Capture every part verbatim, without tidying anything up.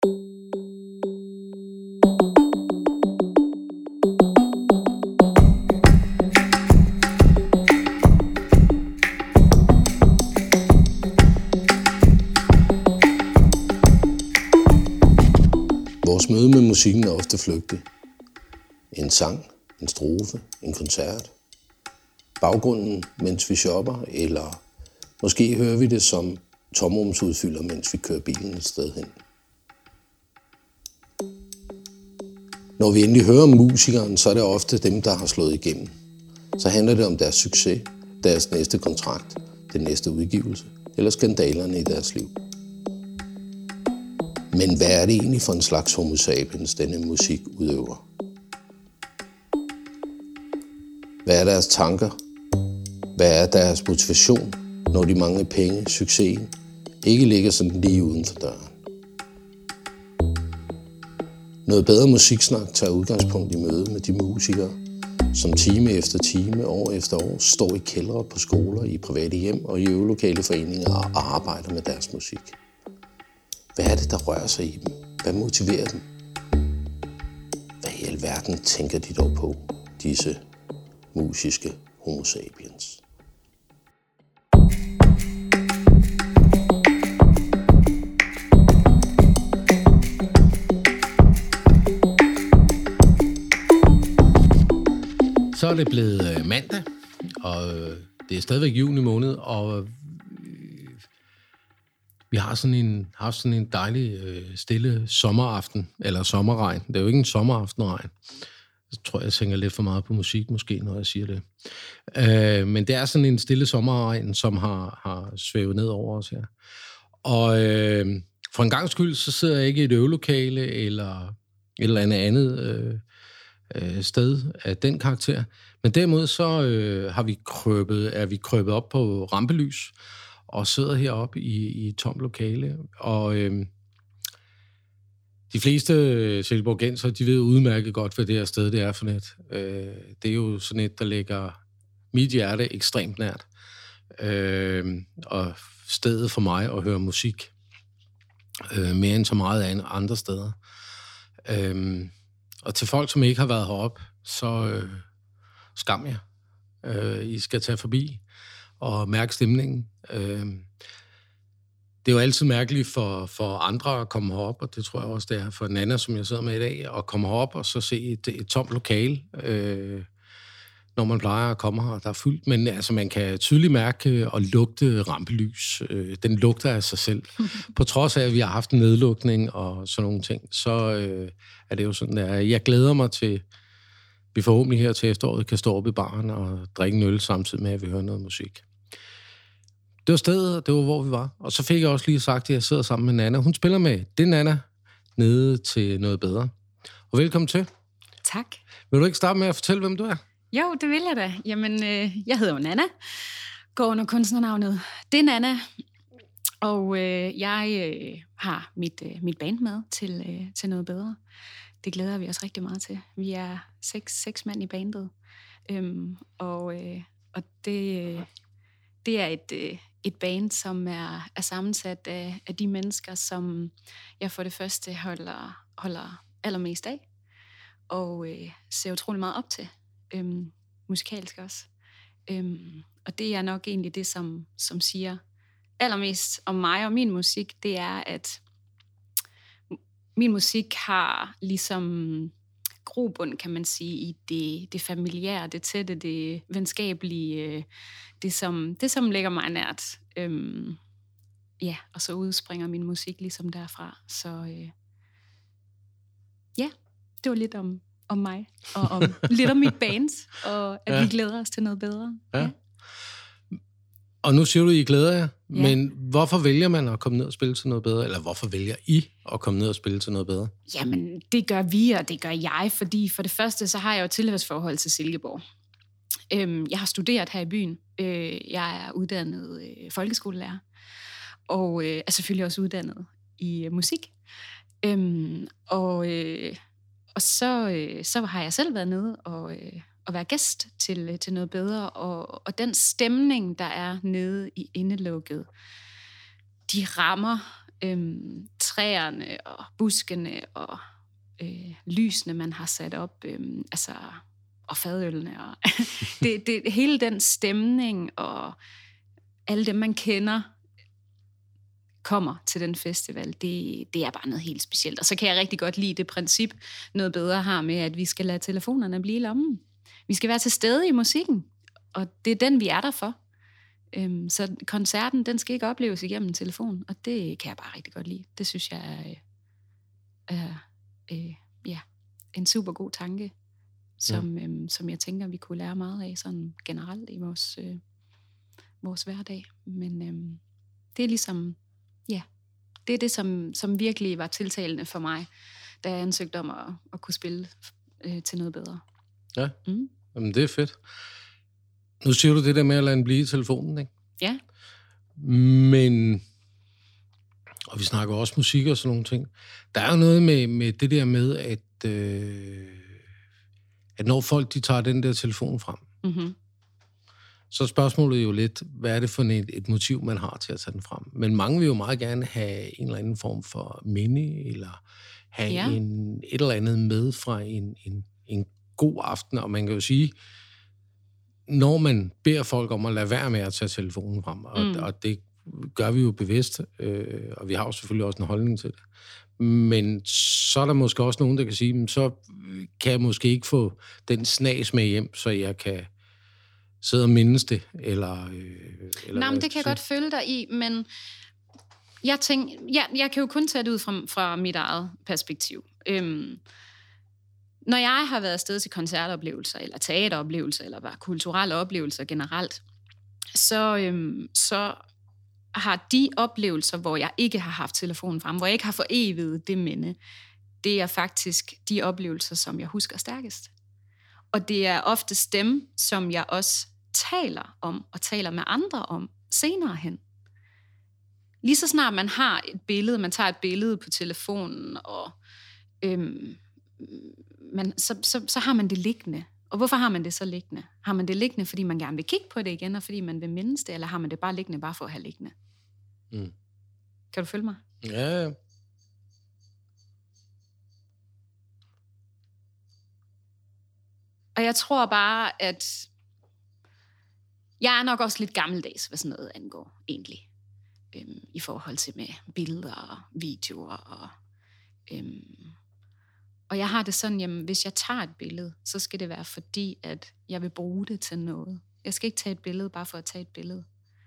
Vores møde med musikken er ofte flygtig. En sang, en strofe, en koncert. Baggrunden, mens vi shopper, eller måske hører vi det som tomrumsudfylder, mens vi kører bilen et sted hen. Når vi endelig hører om musikeren, så er det ofte dem, der har slået igennem. Så handler det om deres succes, deres næste kontrakt, den næste udgivelse, eller skandalerne i deres liv. Men hvad er det egentlig for en slags homo sapiens, denne musik udøver? Hvad er deres tanker? Hvad er deres motivation, når de mange penge, succesen, ikke ligger sådan lige uden for døren? Noget bedre musiksnak tager udgangspunkt i møde med de musikere, som time efter time, år efter år, står i kældre på skoler, i private hjem og i øvelokale foreninger og arbejder med deres musik. Hvad er det, der rører sig i dem? Hvad motiverer dem? Hvad i alverden tænker de dog på, disse musiske homo sapiens? Så er det blevet mandag, og det er stadigvæk juni måned, og vi har sådan en, haft sådan en dejlig øh, stille sommeraften, eller sommerregn. Det er jo ikke en sommeraftenregn. Jeg tror, jeg tænker lidt for meget på musik måske, når jeg siger det. Øh, men det er sådan en stille sommerregn, som har, har svævet ned over os her. Og øh, for en gang skyld, så sidder jeg ikke i et øvelokale, eller et eller andet andet øh, øh, sted af den karakter. Men derimod så øh, har vi krøbet, er vi krøbet op på rampelys, og sidder heroppe i, i et tomt lokale, og øh, de fleste silkeborgenser, de ved udmærket godt, hvad det her sted det er for net. Øh, det er jo sådan et, der ligger mit hjerte ekstremt nært, øh, og stedet for mig at høre musik, øh, mere end så meget af andre steder. Øh, og til folk, som ikke har været heroppe, så øh, skam jer. Øh, I skal tage forbi og mærke stemningen. Øh, det er jo altid mærkeligt for, for andre at komme herop, og det tror jeg også, det er for Nana, som jeg sidder med i dag, at komme herop og så se et, et tomt lokale, øh, når man plejer at komme her, der er fyldt. Men altså, man kan tydeligt mærke og lugte rampelys. Øh, den lugter af sig selv. På trods af, at vi har haft en nedlukning og sådan nogle ting, så øh, er det jo sådan, der. Jeg glæder mig til, vi forhåbentlig her til efteråret kan stå op i baren og drikke en øl samtidig med, at vi hører noget musik. Det var stedet, det var, hvor vi var. Og så fik jeg også lige sagt, at jeg sidder sammen med Nana. Hun spiller med det Nana nede til noget bedre. Og velkommen til. Tak. Vil du ikke starte med at fortælle, hvem du er? Jo, det vil jeg da. Jamen, øh, jeg hedder jo Nana. Går under kunstnernavnet Det Nana. Og øh, jeg øh, har mit, øh, mit band med til, øh, til noget bedre. Det glæder vi os rigtig meget til. Vi er seks, seks mand i bandet. Øhm, og, øh, og det, øh, det er et, øh, et band, som er, er sammensat af, af de mennesker, som jeg for det første holder, holder allermest af. Og øh, ser utrolig meget op til. Øhm, musikalsk også. Øhm, og det er nok egentlig det, som, som siger allermest om mig og min musik, det er, at min musik har ligesom grobund, kan man sige, i det, det familiære, det tætte, det venskabelige, det som, det som ligger mig nært. Øhm, ja, og så udspringer min musik ligesom derfra. Så øh, ja, det var lidt om, om mig, og om lidt om mit band, og at ja. vi glæder os til noget bedre. Ja. Ja. Og nu siger du, I glæder jer, ja. Men hvorfor vælger man at komme ned og spille til noget bedre? Eller hvorfor vælger I at komme ned og spille til noget bedre? Jamen, det gør vi, og det gør jeg, fordi for det første, så har jeg jo et tilhørsforhold til Silkeborg. Øhm, jeg har studeret her i byen. Øh, jeg er uddannet øh, folkeskolelærer, og øh, er selvfølgelig også uddannet i øh, musik. Øhm, og, øh, og så, øh, så har jeg selv været nede og... Øh, at være gæst til, til noget bedre, og, og den stemning, der er nede i indelukket, de rammer øhm, træerne og buskene og øh, lysene, man har sat op, øh, altså, og fadølene. Og det, det, hele den stemning og alle dem, man kender, kommer til den festival, det, det er bare noget helt specielt. Og så kan jeg rigtig godt lide det princip, Noget Bedre har med, at vi skal lade telefonerne blive i lommen. Vi skal være til stede i musikken, og det er den, vi er der for. Øhm, så koncerten, den skal ikke opleves igennem telefonen, og det kan jeg bare rigtig godt lide. Det synes jeg er, er, er ja, en super god tanke, som, ja. øhm, som jeg tænker, vi kunne lære meget af sådan generelt i vores, øh, vores hverdag. Men øhm, det er ligesom, ja, det er det, som, som virkelig var tiltalende for mig, da jeg ansøgte om at, at kunne spille øh, til Noget Bedre. Ja, mm. Jamen, det er fedt. Nu siger du det der med at lade den blive i telefonen, ikke? Ja. Men, og vi snakker også musik og sådan nogle ting. Der er jo noget med, med det der med, at, øh, at når folk de tager den der telefon frem, mm-hmm. så er spørgsmålet jo lidt, hvad er det for et, et motiv, man har til at tage den frem? Men mange vil jo meget gerne have en eller anden form for minde, eller have ja. en, et eller andet med fra en, en, en god aften, og man kan jo sige, når man beder folk om at lade være med at tage telefonen frem, og, mm. og det gør vi jo bevidst, øh, og vi har jo selvfølgelig også en holdning til det, men så er der måske også nogen, der kan sige, så kan jeg måske ikke få den snas med hjem, så jeg kan sidde og mindes det, eller... Øh, eller Nej, men det kan jeg godt følge dig i, men jeg tænker, ja, jeg kan jo kun tage det ud fra, fra mit eget perspektiv. Øhm, Når jeg har været afsted til koncertoplevelser, eller teateroplevelser, eller bare kulturelle oplevelser generelt, så, øhm, så har de oplevelser, hvor jeg ikke har haft telefonen frem, hvor jeg ikke har foreviget det minde, det er faktisk de oplevelser, som jeg husker stærkest. Og det er oftest dem, som jeg også taler om, og taler med andre om senere hen. Lige så snart man har et billede, man tager et billede på telefonen, og øhm, man, så, så, så har man det liggende. Og hvorfor har man det så liggende? Har man det liggende, fordi man gerne vil kigge på det igen, og fordi man vil mindes det, eller har man det bare liggende, bare for at have liggende? Mm. Kan du følge mig? Ja, ja. Og jeg tror bare, at jeg er nok også lidt gammeldags, hvad sådan noget angår, egentlig. Øhm, I forhold til med billeder og videoer. Og, øhm, og jeg har det sådan, jamen, hvis jeg tager et billede, så skal det være fordi, at jeg vil bruge det til noget. Jeg skal ikke tage et billede bare for at tage et billede.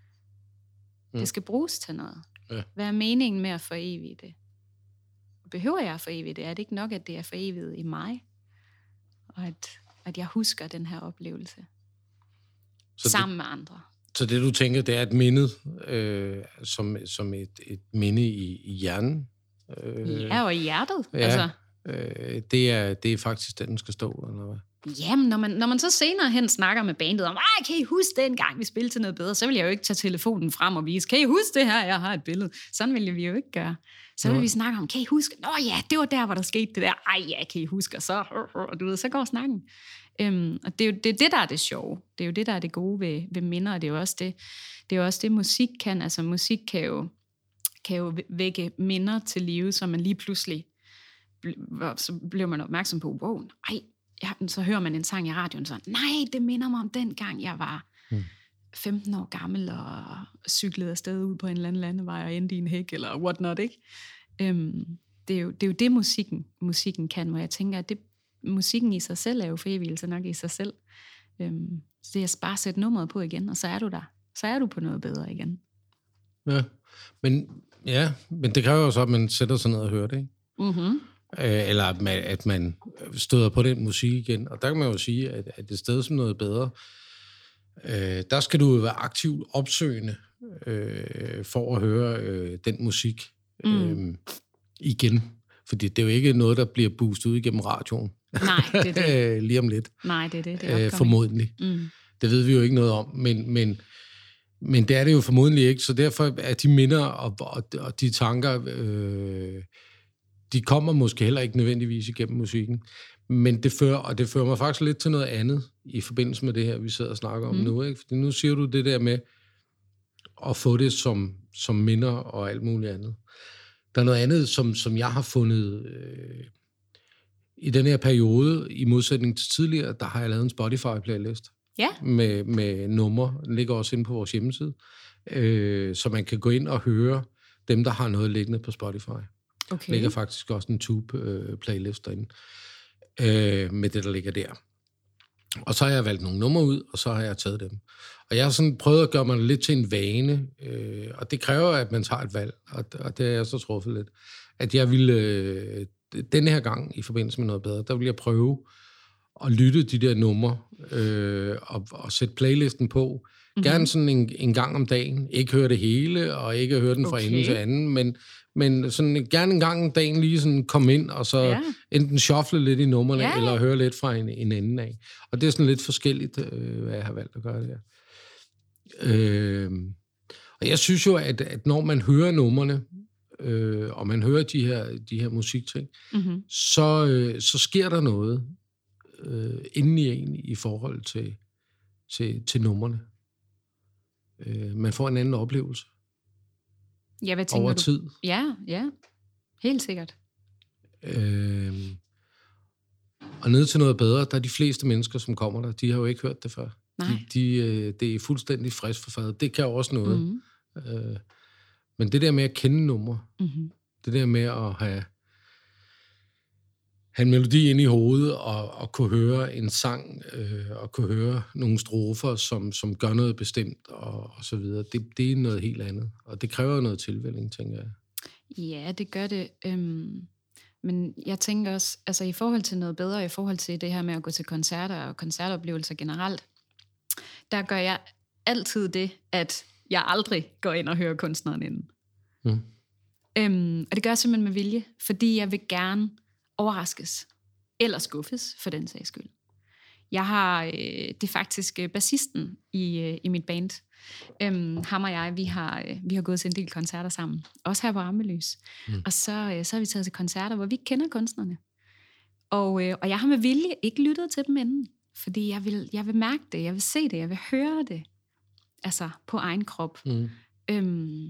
Mm. Det skal bruges til noget. Ja. Hvad er meningen med at forevige det? Behøver jeg at forevige det? Er det ikke nok, at det er foreviget i mig? Og at, at jeg husker den her oplevelse så sammen det, med andre. Så det, du tænker, det er et minde, øh, som, som et, et minde i, i hjernen? Øh, ja, og i hjertet. Ja, altså. øh, det, er, det er faktisk den, den skal stå, eller hvad? Jamen, når man, når man så senere hen snakker med bandet om, ej, kan I huske den gang, vi spillede til Noget Bedre, så vil jeg jo ikke tage telefonen frem og vise, kan I huske det her, jeg har et billede. Sådan vil vi jo ikke gøre. Så vil ja. vi snakke om, kan I huske, nå ja, det var der, hvor der skete det der, ej ja, kan I huske, og så, og du ved, så går snakken. Øhm, og det er jo det, det, der er det sjove. Det er jo det, der er det gode ved, ved minder, og det er jo også det, det, er jo også det musik kan. Altså musik kan jo, kan jo vække minder til live, så man lige pludselig, så bliver man opmærksom på, wow, ej, ja, så hører man en sang i radioen sådan, nej, det minder mig om den gang, jeg var mm. femten år gammel og cyklede afsted ud på en eller anden landevej og endte i en hæk, eller what not, ikke? Øhm, det, er jo, det er jo det, musikken, musikken kan, hvor jeg tænker, at det, musikken i sig selv er jo forevigelse nok i sig selv. Øhm, så det er bare at sætte nummeret på igen, og så er du der. Så er du på noget bedre igen. Ja, men, ja, men det kræver jo så, at man sætter sig ned og hører det, ikke? Mhm. Eller at man, at man støder på den musik igen. Og der kan man jo sige, at, at et sted som Noget Bedre, øh, der skal du være aktivt opsøgende øh, for at høre øh, den musik øh, mm. igen. Fordi det er jo ikke noget, der bliver boostet ud igennem radioen. Nej, det er det. Lige om lidt. Nej, det er det. det er øh, formodentlig. Mm. Det ved vi jo ikke noget om, men, men, men det er det jo formodentlig ikke. Så derfor er de minder og, og, og de tanker... Øh, de kommer måske heller ikke nødvendigvis igennem musikken, men det fører, og det fører mig faktisk lidt til noget andet i forbindelse med det her, vi sidder og snakker om mm. nu, ikke? Fordi nu siger du det der med at få det som, som minder og alt muligt andet. der er noget andet, som, som jeg har fundet øh, i den her periode, i modsætning til tidligere, der har jeg lavet en Spotify-playlist. Ja. Med, med numre. Den ligger også inde på vores hjemmeside. Øh, så man kan gå ind og høre dem, der har noget liggende på Spotify. Okay. Der ligger faktisk også en Tube-playlist derinde. Øh, med det, der ligger der. Og så har jeg valgt nogle numre ud, og så har jeg taget dem. Og jeg har sådan prøvet at gøre mig lidt til en vane, øh, og det kræver, at man tager et valg, og, og det har jeg så truffet lidt. At jeg ville, øh, denne her gang, i forbindelse med noget bedre, der ville jeg prøve at lytte de der numre, øh, og, og sætte playlisten på. Mm-hmm. Gerne sådan en, en gang om dagen. Ikke høre det hele, og ikke høre den fra okay. ende til anden, men, men sådan, gerne en gang om dagen lige sådan komme ind, og så ja. enten shuffle lidt i numrene, ja. eller høre lidt fra en, en ende af. Og det er sådan lidt forskelligt, øh, hvad jeg har valgt at gøre det her. Øh, og jeg synes jo, at, at når man hører numrene, øh, og man hører de her, de her musikting, mm-hmm. så, øh, så sker der noget øh, inden i en i forhold til, til, til numrene. Øh, man får en anden oplevelse. Ja, hvad tænker over du? tid. Ja, ja. Helt sikkert. Øh, og ned til noget bedre, der er de fleste mennesker, som kommer der, de har jo ikke hørt det før. Nej. De, de, øh, det er fuldstændig frisk forfadet. Det kan jo også noget. Mm-hmm. Øh, men det der med at kende numre, mm-hmm. det der med at have, have en melodi inde i hovedet, og, og kunne høre en sang, øh, og kunne høre nogle strofer, som, som gør noget bestemt, og, og så videre, det, det er noget helt andet. Og det kræver noget tilvælling, tænker jeg. Ja, det gør det. Øhm, men jeg tænker også, altså i forhold til noget bedre, i forhold til det her med at gå til koncerter og koncertoplevelser generelt, der gør jeg altid det, at jeg aldrig går ind og hører kunstneren inden. Mm. Øhm, og det gør jeg simpelthen med vilje, fordi jeg vil gerne overraskes, eller skuffes, for den sags skyld. Jeg har, øh, det er faktisk øh, bassisten i, øh, i mit band. Øhm, ham og jeg, vi har, øh, vi har gået til en del koncerter sammen, også her på Rampelys. Mm. Og så, øh, så har vi taget til koncerter, hvor vi ikke kender kunstnerne. Og, øh, og jeg har med vilje ikke lyttet til dem inden, fordi jeg vil, jeg vil mærke det, jeg vil se det, jeg vil høre det, altså på egen krop. Mm. Øhm,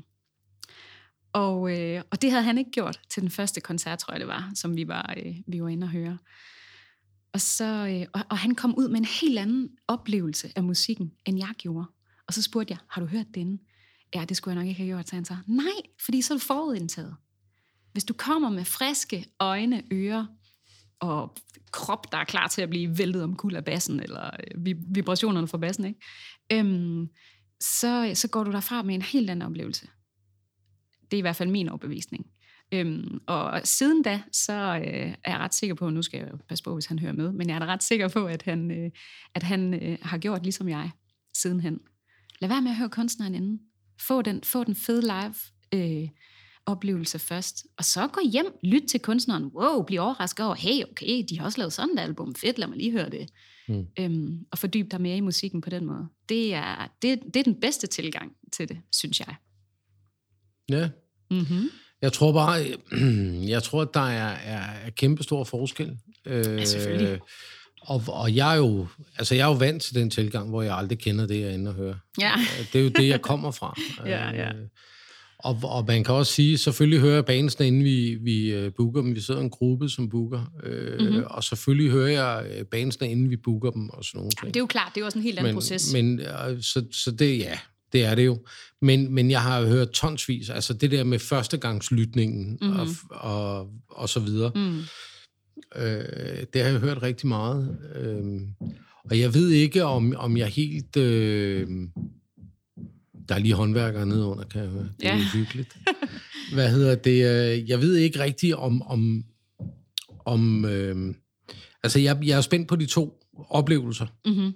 Og, øh, og det havde han ikke gjort til den første koncert, tror jeg det var, som vi var, øh, vi var inde og høre. Og, så, øh, og, og han kom ud med en helt anden oplevelse af musikken, end jeg gjorde. Og så spurgte jeg, har du hørt den? Ja, det skulle jeg nok ikke have gjort. Så han sagde, nej, fordi så er du forudindtaget. Hvis du kommer med friske øjne, ører og krop, der er klar til at blive væltet omkuld af bassen, eller øh, vibrationerne fra bassen, ikke? Øhm, så, så går du derfra med en helt anden oplevelse. Det er i hvert fald min overbevisning. Øhm, og siden da, så øh, er jeg ret sikker på, nu skal jeg jo passe på, hvis han hører med, men jeg er da ret sikker på, at han, øh, at han øh, har gjort ligesom jeg sidenhen. Lad være med at høre kunstneren inden. Få den, få den fede live øh, oplevelse først. Og så gå hjem, lyt til kunstneren. Wow, bliv overrasket over, hey, okay, de har også lavet sådan et album. Fedt, lad mig lige høre det. Mm. Øhm, og fordyb dig mere i musikken på den måde. Det er, det, det er den bedste tilgang til det, synes jeg. Ja. Mm-hmm. Jeg tror bare, jeg tror, at der er, er, er kæmpe stor forskel. Ja, selvfølgelig. Øh, og, og jeg er jo, altså jeg er jo vant til den tilgang, hvor jeg aldrig kender det, jeg er inde og hører. Ja. Det er jo det, jeg kommer fra. ja, ja. Og, og man kan også sige, selvfølgelig hører jeg bandsene, inden vi, vi booker dem. Vi sidder en gruppe, som booker. Øh, mm-hmm. Og selvfølgelig hører jeg bandsene, inden vi booker dem og sådan nogle ting. Ja, det er jo klart, det er jo også en helt anden men, proces. Men så, så det, ja, det er det jo. Men, men jeg har jo hørt tonsvis, altså det der med førstegangslytningen mm-hmm. og, og, og så videre. Mm. Øh, det har jeg hørt rigtig meget. Øh, og jeg ved ikke, om, om jeg helt... Øh, der er lige håndværkere nede under, kan jeg høre. Det er ja. hyggeligt. Hvad hedder det? Jeg ved ikke rigtigt om... om, om øh, altså, jeg, jeg er spændt på de to oplevelser. Mm-hmm.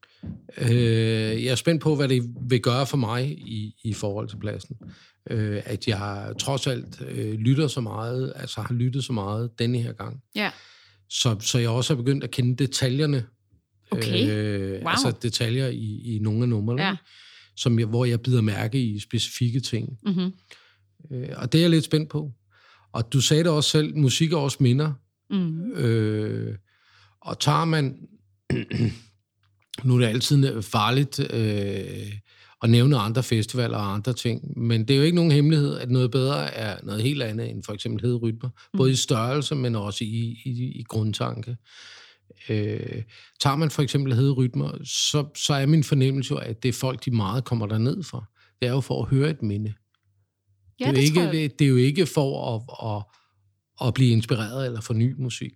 Øh, jeg er spændt på, hvad det vil gøre for mig i, i forhold til pladsen. Øh, at jeg trods alt øh, lytter så meget, altså har lyttet så meget denne her gang. Ja. Så, så jeg også har begyndt at kende detaljerne. Okay. Øh, wow. Altså detaljer i, i nogle af numrene. Ja. Som jeg, hvor jeg bider mærke i specifikke ting. Mm-hmm. Øh, og det er jeg lidt spændt på. Og du sagde det også selv, musik er også minder. Mm-hmm. Øh, og tager man... nu er det altid farligt øh, og nævne andre festivaler og andre ting. Men det er jo ikke nogen hemmelighed, at noget bedre er noget helt andet end for eksempel Hede Rytmer. Mm. Både i størrelse, men også i, i, i grundtanke. Øh, tager man for eksempel Hede Rytmer, så, så er min fornemmelse jo, at det er folk, de meget kommer derned for. Det er jo for at høre et minde. Ja, det, er det, ikke, jeg... det, det er jo ikke for at, at, at blive inspireret eller få ny musik.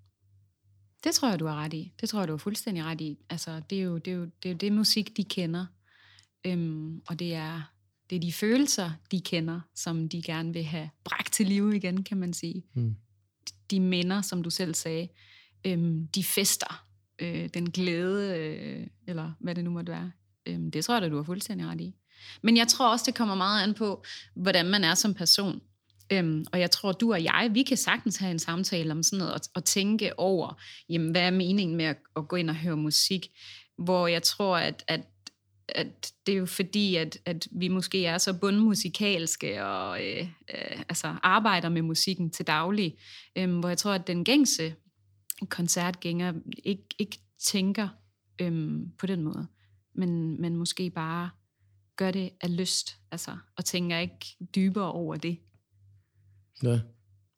Det tror jeg, du har ret i. Det tror jeg, du har fuldstændig ret i. Altså, det er jo det, er jo, det, er jo det musik, de kender. Øhm, og det er, det er de følelser, de kender, som de gerne vil have bragt til live igen, kan man sige. Mm. De minder, som du selv sagde, øhm, de fester, øh, den glæde, øh, eller hvad det nu måtte være. Øhm, det tror jeg, du har fuldstændig ret i. Men jeg tror også, det kommer meget an på, hvordan man er som person. Øhm, og jeg tror, du og jeg, vi kan sagtens have en samtale om sådan noget, og, og tænke over, jamen, hvad er meningen med at, at gå ind og høre musik, hvor jeg tror, at, at, at det er jo fordi, at, at vi måske er så bundmusikalske, og øh, øh, altså arbejder med musikken til daglig, øhm, hvor jeg tror, at den gængse koncertgænger ikke, ikke tænker øhm, på den måde, men, men måske bare gør det af lyst, altså, og tænker ikke dybere over det. Ja. Jeg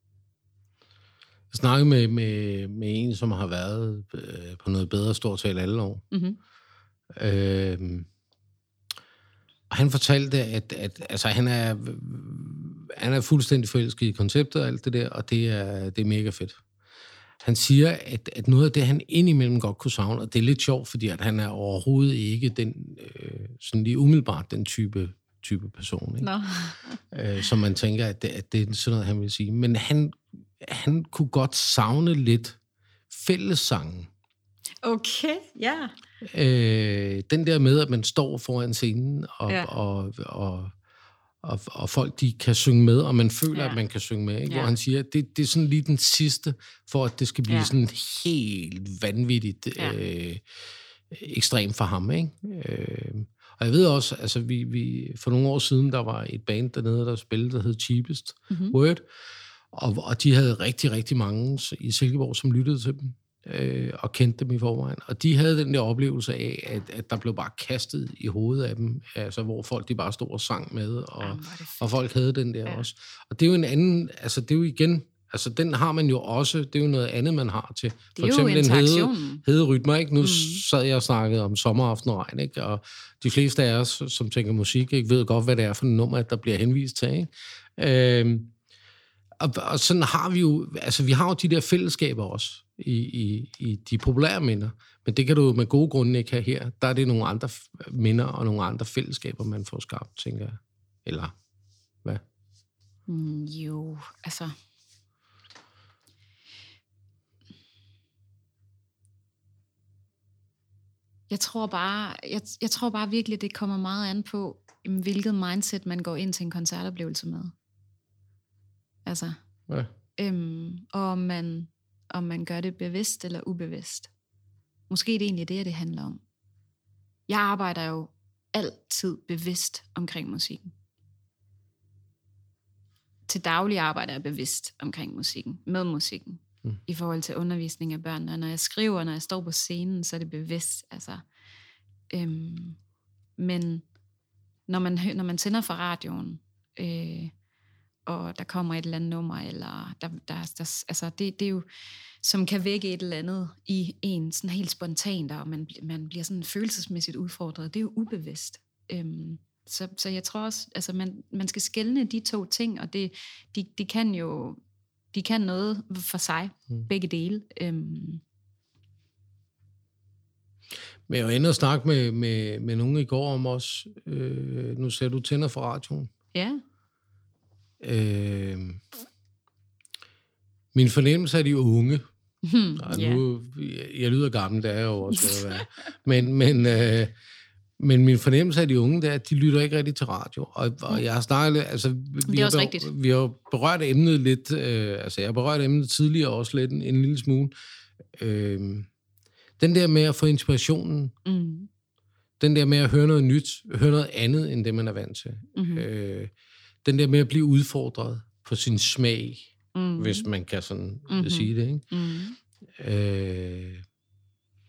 snakkede med, med, med en, som har været øh, på noget bedre stort set alle år. Mm-hmm. Øh, og han fortalte, at, at altså, han, er, han er fuldstændig forelsket i konceptet og alt det der, og det er, det er mega fedt. Han siger, at, at noget af det, han indimellem godt kunne savne, og det er lidt sjovt, fordi at han er overhovedet ikke den, øh, sådan lige umiddelbart den type type person, ikke? No. øh, som man tænker, at det, at det er sådan noget, han vil sige. Men han, han kunne godt savne lidt fællessangen. Okay, ja. Yeah. Øh, den der med, at man står foran scenen, og, yeah. og, og, og, og folk, de kan synge med, og man føler, yeah. at man kan synge med, ikke? Yeah. Hvor han siger, at det, det er sådan lige den sidste, for at det skal blive yeah. sådan helt vanvittigt yeah. øh, ekstremt for ham, ikke? Øh, Og jeg ved også, altså vi, vi, for nogle år siden, der var et band dernede, der spillede, der hed Cheapest mm-hmm. Word, og, og de havde rigtig, rigtig mange i Silkeborg, som lyttede til dem, øh, og kendte dem i forvejen. Og de havde den der oplevelse af, at, at der blev bare kastet i hovedet af dem, altså hvor folk de bare stod og sang med, og, ja, og folk havde den der ja. også. Og det er jo en anden, altså det er jo igen, altså den har man jo også, det er jo noget andet, man har til. For eksempel en hede, hede Rytmer, ikke? Nu mm. sad jeg og snakkede om Sommeraften og Regn, ikke? Og de fleste af os, som tænker musik, ikke, ved godt, hvad det er for en nummer, der bliver henvist til, ikke? Øhm, og, og sådan har vi jo, altså vi har jo de der fællesskaber også, i, i, i de populære minder, men det kan du med gode grunde ikke have her. Der er det nogle andre minder og nogle andre fællesskaber, man får skabt, tænker jeg. Eller hvad? Mm, jo, altså... Jeg tror bare, jeg, jeg tror bare virkelig, det kommer meget an på, hvilket mindset man går ind til en koncertoplevelse med. Altså, ja. øhm, og om man, om man gør det bevidst eller ubevidst. Måske er det egentlig det, det handler om. Jeg arbejder jo altid bevidst omkring musikken. Til daglig arbejder jeg bevidst omkring musikken, med musikken. Mm. I forhold til undervisning af børn. Og når jeg skriver, når jeg står på scenen, så er det bevidst. Altså, øhm, men når man, når man tænder for radioen, øh, og der kommer et eller andet nummer, eller der, der, der, altså det, det er jo, som kan vække et eller andet i en sådan helt spontant, og man, man bliver sådan følelsesmæssigt udfordret. Det er jo ubevidst. Øhm, så, så jeg tror også, altså man, man skal skelne de to ting, og det, de, de kan jo De kan noget for sig, mm. begge dele. Øhm. Men jeg var inde og snakke med, med, med nogen i går om os. Øh, nu ser du tænder for radioen. Ja. Øh, min fornemmelse er de unge. Hmm, ja. Nu, jeg, jeg lyder gammel, det er jeg jo også ved at være. Men, men, øh, men min fornemmelse af de unge, det er, at de lytter ikke rigtig til radio. Og, og jeg har snakket, altså... Vi det er også har, rigtigt. Vi har berørt emnet lidt, øh, altså jeg har berørt emnet tidligere også lidt, en, en lille smule. Øh, den der med at få inspirationen, mm. den der med at høre noget nyt, høre noget andet, end det man er vant til. Mm-hmm. Øh, den der med at blive udfordret på sin smag, mm. hvis man kan sådan mm-hmm. sige det, ikke? Mm. Øh,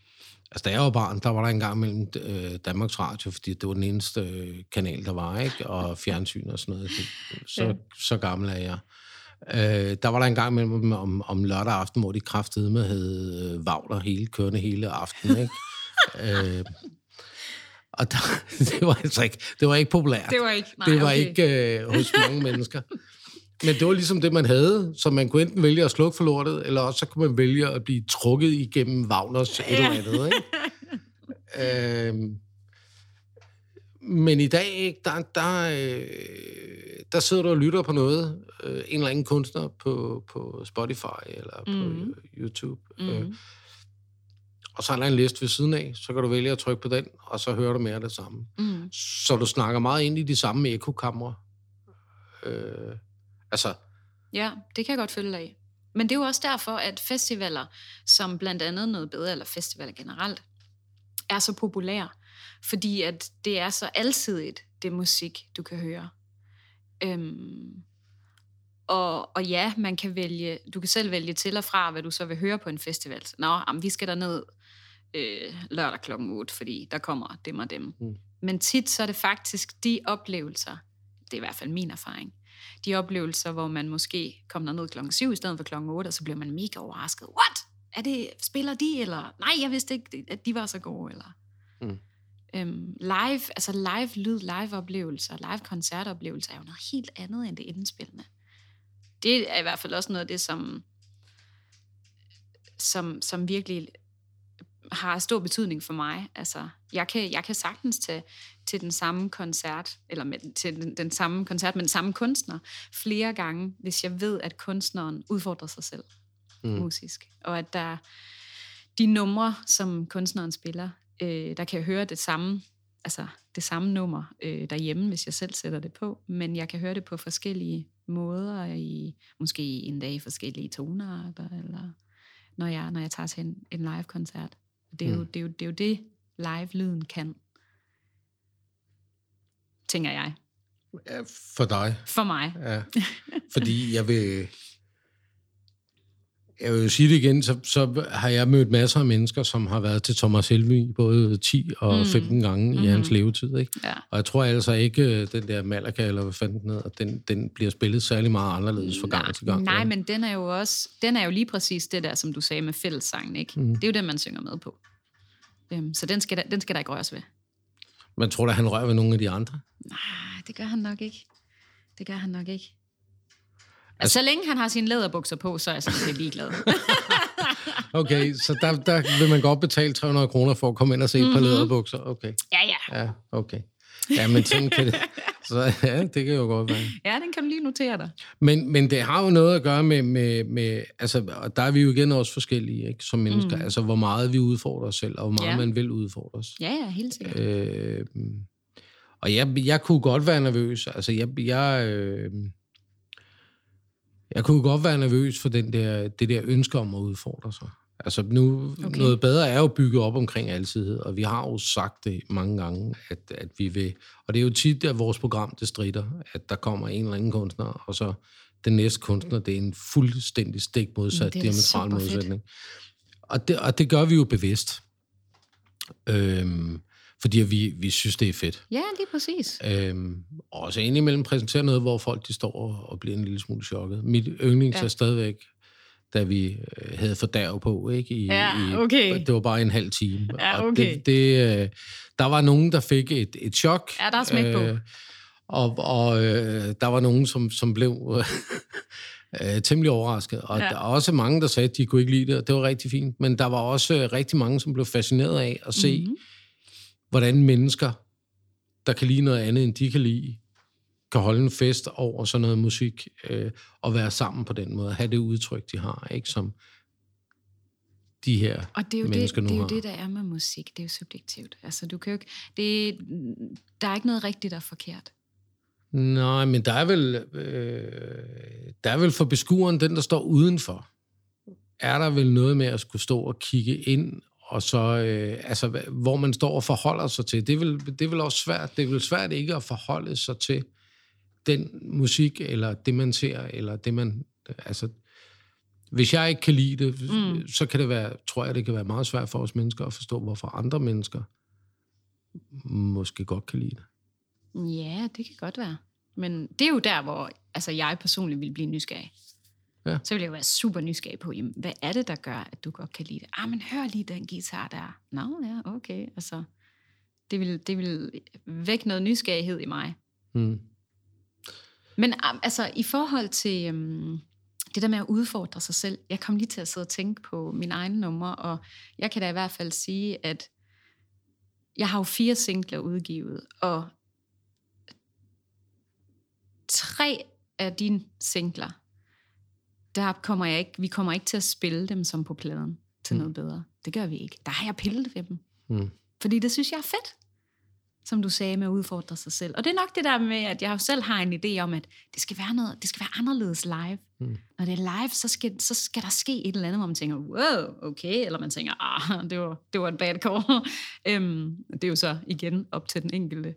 Altså, da jeg var barn, der var der engang mellem øh, Danmarks Radio, fordi det var den eneste øh, kanal, der var, ikke? Og fjernsyn og sådan noget. Så, ja. så gammel er jeg. Øh, der var der engang mellem om, om lørdag aften, hvor de kraftedeme havde øh, Wagner hele kørende hele aftenen, ikke? øh, og der, det var altså ikke, det var ikke populært. Det var ikke, nej, det var okay. ikke øh, hos mange mennesker. Men det var ligesom det, man havde, så man kunne enten vælge at slukke for lortet, eller også så kunne man vælge at blive trukket igennem Wagners et eller andet, ikke? øhm, men i dag, der, der, øh, der sidder du og lytter på noget, øh, en eller anden kunstner på, på Spotify eller på mm. YouTube. Mm. Øh, og så er der en liste ved siden af, så kan du vælge at trykke på den, og så hører du mere af det samme. Mm. Så du snakker meget ind i de samme ekokamre. Øh, Altså. Ja, det kan jeg godt følge af. Men det er jo også derfor, at festivaler, som blandt andet Noget Bedre, eller festivaler generelt, er så populære. Fordi at det er så alsidigt, det musik, du kan høre. Øhm, og, og ja, man kan vælge, du kan selv vælge til og fra, hvad du så vil høre på en festival. Nå, jamen, vi skal derned øh, lørdag klokken otte, fordi der kommer dem og dem. Mm. Men tit så er det faktisk de oplevelser, det er i hvert fald min erfaring, de oplevelser, hvor man måske kommer ned klokken syv i stedet for klokken otte, og så bliver man mega overrasket. What? Er det, spiller de? Eller, nej, jeg vidste ikke, at de var så gode. Eller. Mm. Øhm, live, altså live lyd, live oplevelser, live koncertoplevelser er jo noget helt andet end det indspillende. Det er i hvert fald også noget af det, som, som, som virkelig har stor betydning for mig. Altså, jeg kan, jeg kan sagtens tage til den samme koncert, eller med, til den, den samme koncert med den samme kunstner, flere gange, hvis jeg ved, at kunstneren udfordrer sig selv mm. musisk. Og at der de numre, som kunstneren spiller, øh, der kan jeg høre det samme, altså det samme nummer øh, derhjemme, hvis jeg selv sætter det på, men jeg kan høre det på forskellige måder, i, måske en dag i forskellige tonearter, eller når jeg, når jeg tager til en, en live-koncert. Det er, mm. jo, det, er jo, det er jo det, live-lyden kan, tænker jeg. Ja, for dig. For mig. Ja, fordi jeg vil... Jeg vil jo sige det igen, så, så har jeg mødt masser af mennesker, som har været til Thomas Helmig både ti og femten mm. gange mm-hmm. i hans levetid. Ikke? Ja. Og jeg tror altså ikke, den der Malaga, eller hvad fanden den hedder, den, den bliver spillet særlig meget anderledes fra gang nej, til gang. Nej, ja. men den er jo også, den er jo lige præcis det der, som du sagde med fællessangen, ikke? Mm. Det er jo det, man synger med på. Um, så den skal, der, den skal der ikke røres ved. Men tror du, han rører ved nogle af de andre? Nej, det gør han nok ikke. Det gør han nok ikke. Altså, så længe han har sine læderbukser på, så er jeg sådan set ligeglad. Okay, så der, der vil man godt betale tre hundrede kroner for at komme ind og se et mm-hmm. par læderbukser? Okay. Ja, ja. Ja, okay. Ja, men sådan kan det... Så ja, det kan jo godt være. Ja, den kan du lige notere dig. Men, men det har jo noget at gøre med... med, med altså, og der er vi jo igen også forskellige, ikke, som mennesker. Mm. Altså, hvor meget vi udfordrer os selv, og hvor meget ja. man vil udfordre os. Ja, ja, helt sikkert. Øh, og jeg, jeg kunne godt være nervøs. Altså, jeg... jeg øh, Jeg kunne godt være nervøs for den der, det der ønske om at udfordre sig. Altså nu, okay. Noget bedre er jo bygget op omkring alsidighed, og vi har jo sagt det mange gange, at, at vi vil... Og det er jo tit, at vores program, det stritter, at der kommer en eller anden kunstner, og så den næste kunstner, det er en fuldstændig stik modsat, diametral modsætning. Og det, og det gør vi jo bevidst. Øhm, fordi vi, vi synes, det er fedt. Ja, lige præcis. Øhm, og så indimellem præsentere noget, hvor folk de står og, og bliver en lille smule chokket. Mit yndlings ja. er stadigvæk, da vi øh, havde fordærv på, ikke? I, ja, okay. I, det var bare en halv time. Ja, okay. Og det, det, øh, der var nogen, der fik et, et chok. Ja, der er smæk på. Øh, og og øh, der var nogen, som, som blev øh, temmelig overrasket. Og ja. der var også mange, der sagde, at de kunne ikke lide det, og det var rigtig fint. Men der var også øh, rigtig mange, som blev fascineret af at se, mm-hmm. hvordan mennesker, der kan lide noget andet, end de kan lide, kan holde en fest over sådan noget musik, øh, og være sammen på den måde, have det udtryk, de har, ikke, som de her og det er jo mennesker det, nu det er har. jo det, der er med musik. Det er jo subjektivt. Altså, du kan jo ikke... Det, der er ikke noget rigtigt og forkert. Nej, men der er vel... Øh, der er vel for beskueren, den der står udenfor, er der vel noget med at skulle stå og kigge ind, og så, øh, altså, hvor man står og forholder sig til. Det er, vel, det er vel også svært. Det er vel svært ikke at forholde sig til den musik, eller det, man ser, eller det, man... Altså, Hvis jeg ikke kan lide det, mm. så kan det være, tror jeg, det kan være meget svært for os mennesker at forstå, hvorfor andre mennesker måske godt kan lide det. Ja, det kan godt være. Men det er jo der, hvor altså, jeg personligt vil blive nysgerrig. Ja. Så vil jeg være super nysgerrig på, jamen, hvad er det, der gør, at du godt kan lide det? Ah, men hør lige den guitar der. Nå, ja, okay. Altså, det vil, det vil vække noget nysgerrighed i mig. Mm. Men altså, i forhold til um, det der med at udfordre sig selv, jeg kom lige til at sidde og tænke på mine egne numre, og jeg kan da i hvert fald sige, at jeg har jo fire singler udgivet, og tre af dine singler, der kommer jeg ikke, vi kommer ikke til at spille dem som på pladen til mm. noget bedre. Det gør vi ikke. Der har jeg pillet ved dem. Mm. Fordi det synes jeg er fedt, som du sagde, med at udfordre sig selv. Og det er nok det der med, at jeg selv har en idé om, at det skal være noget, det skal være anderledes live. Mm. Når det er live, så skal, så skal der ske et eller andet, hvor man tænker, wow, okay, eller man tænker, ah, det var, det var et bad call. øhm, det er jo så igen op til den enkelte.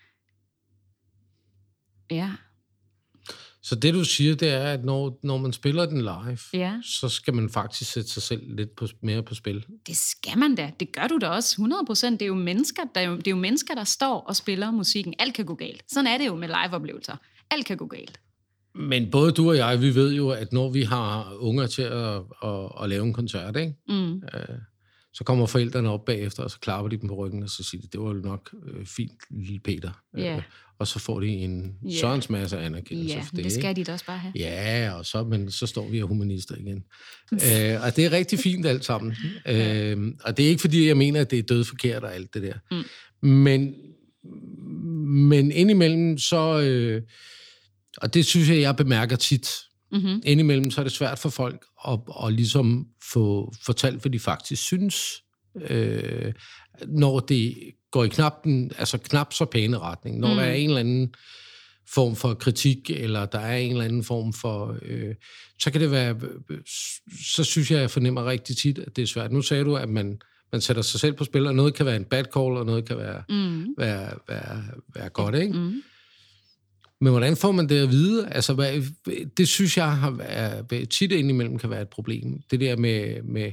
Ja. Så det, du siger, det er, at når, når man spiller den live, ja. så skal man faktisk sætte sig selv lidt på, mere på spil. Det skal man da. Det gør du da også hundrede procent. Det er jo mennesker, der, er jo, det er jo mennesker, der står og spiller musikken. Alt kan gå galt. Sådan er det jo med liveoplevelser. Alt kan gå galt. Men både du og jeg, vi ved jo, at når vi har unger til at, at, at lave en koncert, ikke? Mm. Øh, så kommer forældrene op bagefter, og så klapper de dem på ryggen, og så siger de, det var jo nok øh, fint, lille Peter. Yeah. Øh, og så får de en yeah. sørens masse anerkendelse yeah, for det. det skal ikke? de da også bare have. Ja, og så, men så står vi og humanister igen. øh, og det er rigtig fint alt sammen. øh, og det er ikke, fordi jeg mener, at det er dødforkert og alt det der. Mm. Men, men indimellem så... Øh, og det synes jeg, jeg bemærker tit. Mm-hmm. Indimellem så er det svært for folk at, at ligesom få fortalt, hvad de faktisk synes, øh, når det går i knap, den, altså knap så pæne retning. Når mm. der er en eller anden form for kritik, eller der er en eller anden form for... Øh, så kan det være... Så synes jeg, jeg fornemmer rigtig tit, at det er svært. Nu sagde du, at man, man sætter sig selv på spil, og noget kan være en bad call, og noget kan være, mm. være, være, være godt, ikke? Mm. Men hvordan får man det at vide? Altså, hvad, det synes jeg har været, tit indimellem kan være et problem. Det der med, med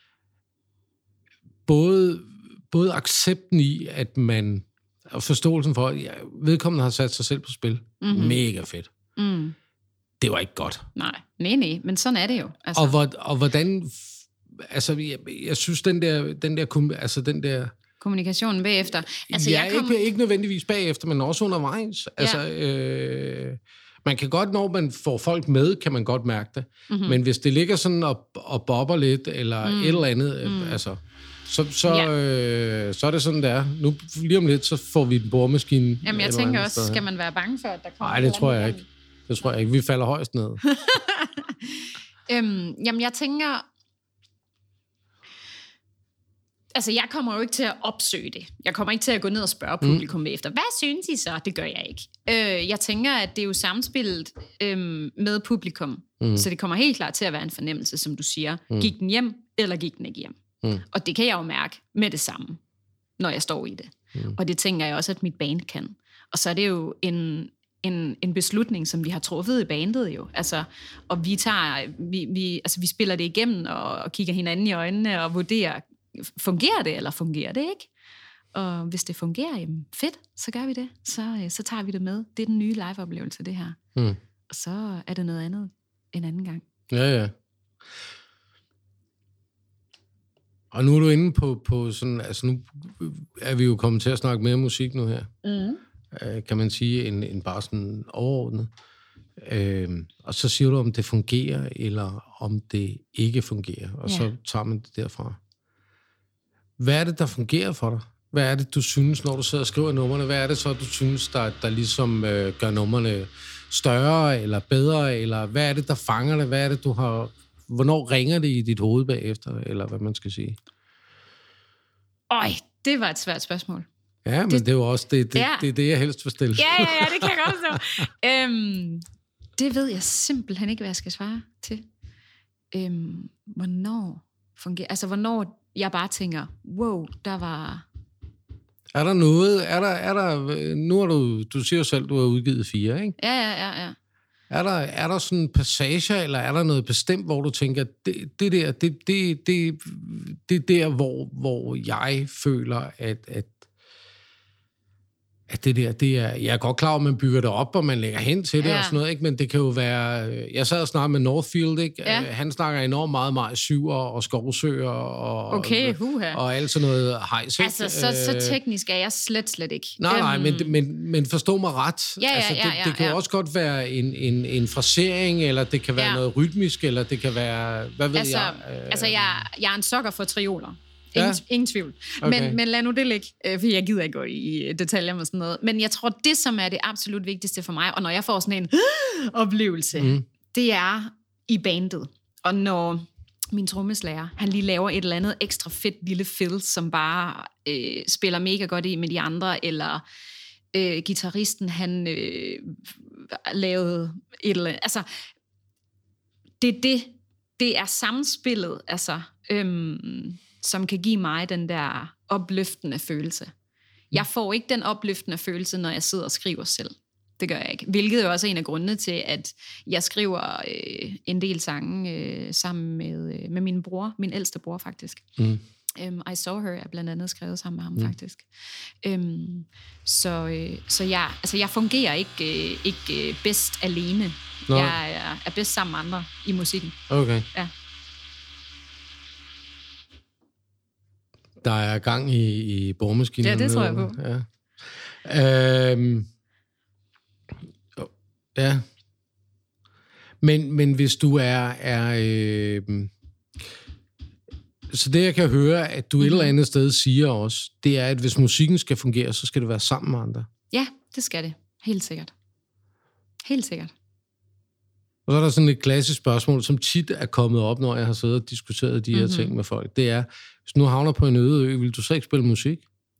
både, både accepten i, at man, og forståelsen for, at ja, vedkommende har sat sig selv på spil. Mm-hmm. Mega fedt. Mm. Det var ikke godt. Nej, nej, nej, men sådan er det jo. Altså. Og, hvor, og hvordan, altså, jeg, jeg synes, den der, den der, altså den der, kommunikationen bagefter. Altså, ja, jeg kom... ikke, ikke nødvendigvis bagefter, men også undervejs. Altså, ja. øh, man kan godt, når man får folk med, kan man godt mærke det. Mm-hmm. Men hvis det ligger sådan og, og bobber lidt, eller mm. et eller andet, mm. altså, så, så, ja. øh, så er det sådan, der. Nu lige om lidt, så får vi en boremaskine. Jamen, jeg tænker også, sted. Skal man være bange for, at der kommer... Nej, det tror jeg ikke. Det tror jeg ikke. Vi falder højst ned. øhm, jamen, jeg tænker... Altså, jeg kommer jo ikke til at opsøge det. Jeg kommer ikke til at gå ned og spørge publikum mm. efter. Hvad synes I så? Det gør jeg ikke. Øh, jeg tænker, at det er jo samspillet øh, med publikum. Mm. Så det kommer helt klart til at være en fornemmelse, som du siger. Mm. Gik den hjem, eller gik den ikke hjem? Mm. Og det kan jeg jo mærke med det samme, når jeg står i det. Mm. Og det tænker jeg også, at mit band kan. Og så er det jo en, en, en beslutning, som vi har truffet i bandet jo. Altså, og vi, tager, vi, vi, altså, vi spiller det igennem, og, og kigger hinanden i øjnene, og vurderer, fungerer det, eller fungerer det ikke? Og hvis det fungerer, jamen fedt, så gør vi det. Så, så tager vi det med. Det er den nye live-oplevelse, det her. Mm. Og så er det noget andet en anden gang. Ja, ja. Og nu er du inde på, på sådan, altså nu er vi jo kommet til at snakke mere musik nu her. Mm. Øh, kan man sige, en, en bare sådan overordnet. Øh, og så siger du, om det fungerer, eller om det ikke fungerer. Og ja. Så tager man det derfra. Hvad er det, der fungerer for dig? Hvad er det, du synes, når du sidder og skriver numrene? Hvad er det så, du synes, der, der ligesom øh, gør numrene større eller bedre? Eller hvad er det, der fanger det? Hvad er det, du har... Hvornår ringer det i dit hoved bagefter? Eller hvad man skal sige? Øj, det var et svært spørgsmål. Ja, men det, det er jo også det, det, ja. det, er det, jeg helst vil stille. Ja, ja, ja, det kan jeg godt så. øhm, det ved jeg simpelthen ikke, hvad jeg skal svare til. Øhm, hvornår fungerer... Altså, hvornår... Jeg bare tænker, wow, der var... Er der noget, er der, er der, nu er du, du siger jo selv, du har udgivet fire, ikke? Ja, ja, ja, ja. Er der, er der sådan passager, eller er der noget bestemt, hvor du tænker, det, det der, det, det, det, det er der, hvor, hvor jeg føler, at, at, at det der, det er, jeg er godt klar over, at man bygger det op, og man lægger hen til det ja. og sådan noget, ikke? Men det kan jo være, jeg sad og snakkede med Northfield, ikke? Ja. Han snakker enormt meget meget syver og skovsøer og, okay, og, og alt sådan noget hejs. Altså, så, så teknisk er jeg slet, slet ikke. Nej, nej, men, men, men forstå mig ret. Ja, ja, altså, det, ja, ja, det kan ja. jo også godt være en, en, en frasering, eller det kan være ja. noget rytmisk, eller det kan være, hvad ved altså, jeg? Øh... Altså, jeg, jeg er en sokker for trioler. Ingen, ja. ingen tvivl. Okay. Men, men lad nu det ligge, for jeg gider ikke gå i detaljer med sådan noget. Men jeg tror, det, som er det absolut vigtigste for mig, og når jeg får sådan en oplevelse, mm. det er i bandet. Og når min trommeslager, han lige laver et eller andet ekstra fedt lille fill, som bare øh, spiller mega godt i med de andre, eller øh, guitaristen, han øh, lavede et eller andet. Altså, det er det, det er samspillet, altså... Øhm, som kan give mig den der opløftende følelse. Jeg får ikke den opløftende følelse, når jeg sidder og skriver selv. Det gør jeg ikke. Hvilket er også en af grundene til, at jeg skriver øh, en del sange øh, sammen med, øh, med min bror, min ældste bror faktisk. Mm. Um, I Saw Her er blandt andet skrevet sammen med ham, mm. faktisk. Um, så øh, så jeg, altså jeg fungerer ikke, øh, ikke øh, bedst alene. Nå. Jeg er, er bedst sammen med andre i musikken. Okay. Ja. Der er gang i, i boremaskinen. Ja, det tror jeg på. Ja. Øhm, ja. Men, men hvis du er... er øh, så det, jeg kan høre, at du mm-hmm. et eller andet sted siger også, det er, at hvis musikken skal fungere, så skal det være sammen med andre. Ja, det skal det. Helt sikkert. Helt sikkert. Og så er der sådan et klassisk spørgsmål, som tit er kommet op, når jeg har siddet og diskuteret de her mm-hmm. ting med folk. Det er, hvis du nu havner på en øde ø, vil du så ikke spille musik?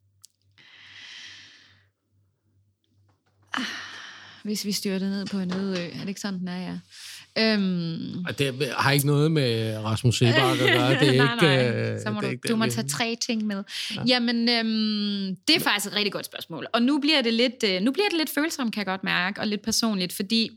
Hvis vi styrter ned på en øde ø, er det ikke sådan, den er, ja. Øhm... Og det har ikke noget med Rasmus Seebach at gøre. Det er nej, ikke, nej. Så må det du, ikke du må tage tre ting med. Ja. Jamen, øhm, det er faktisk et rigtig godt spørgsmål. Og nu bliver det lidt, øh, nu bliver det lidt følsomt, kan jeg godt mærke, og lidt personligt, fordi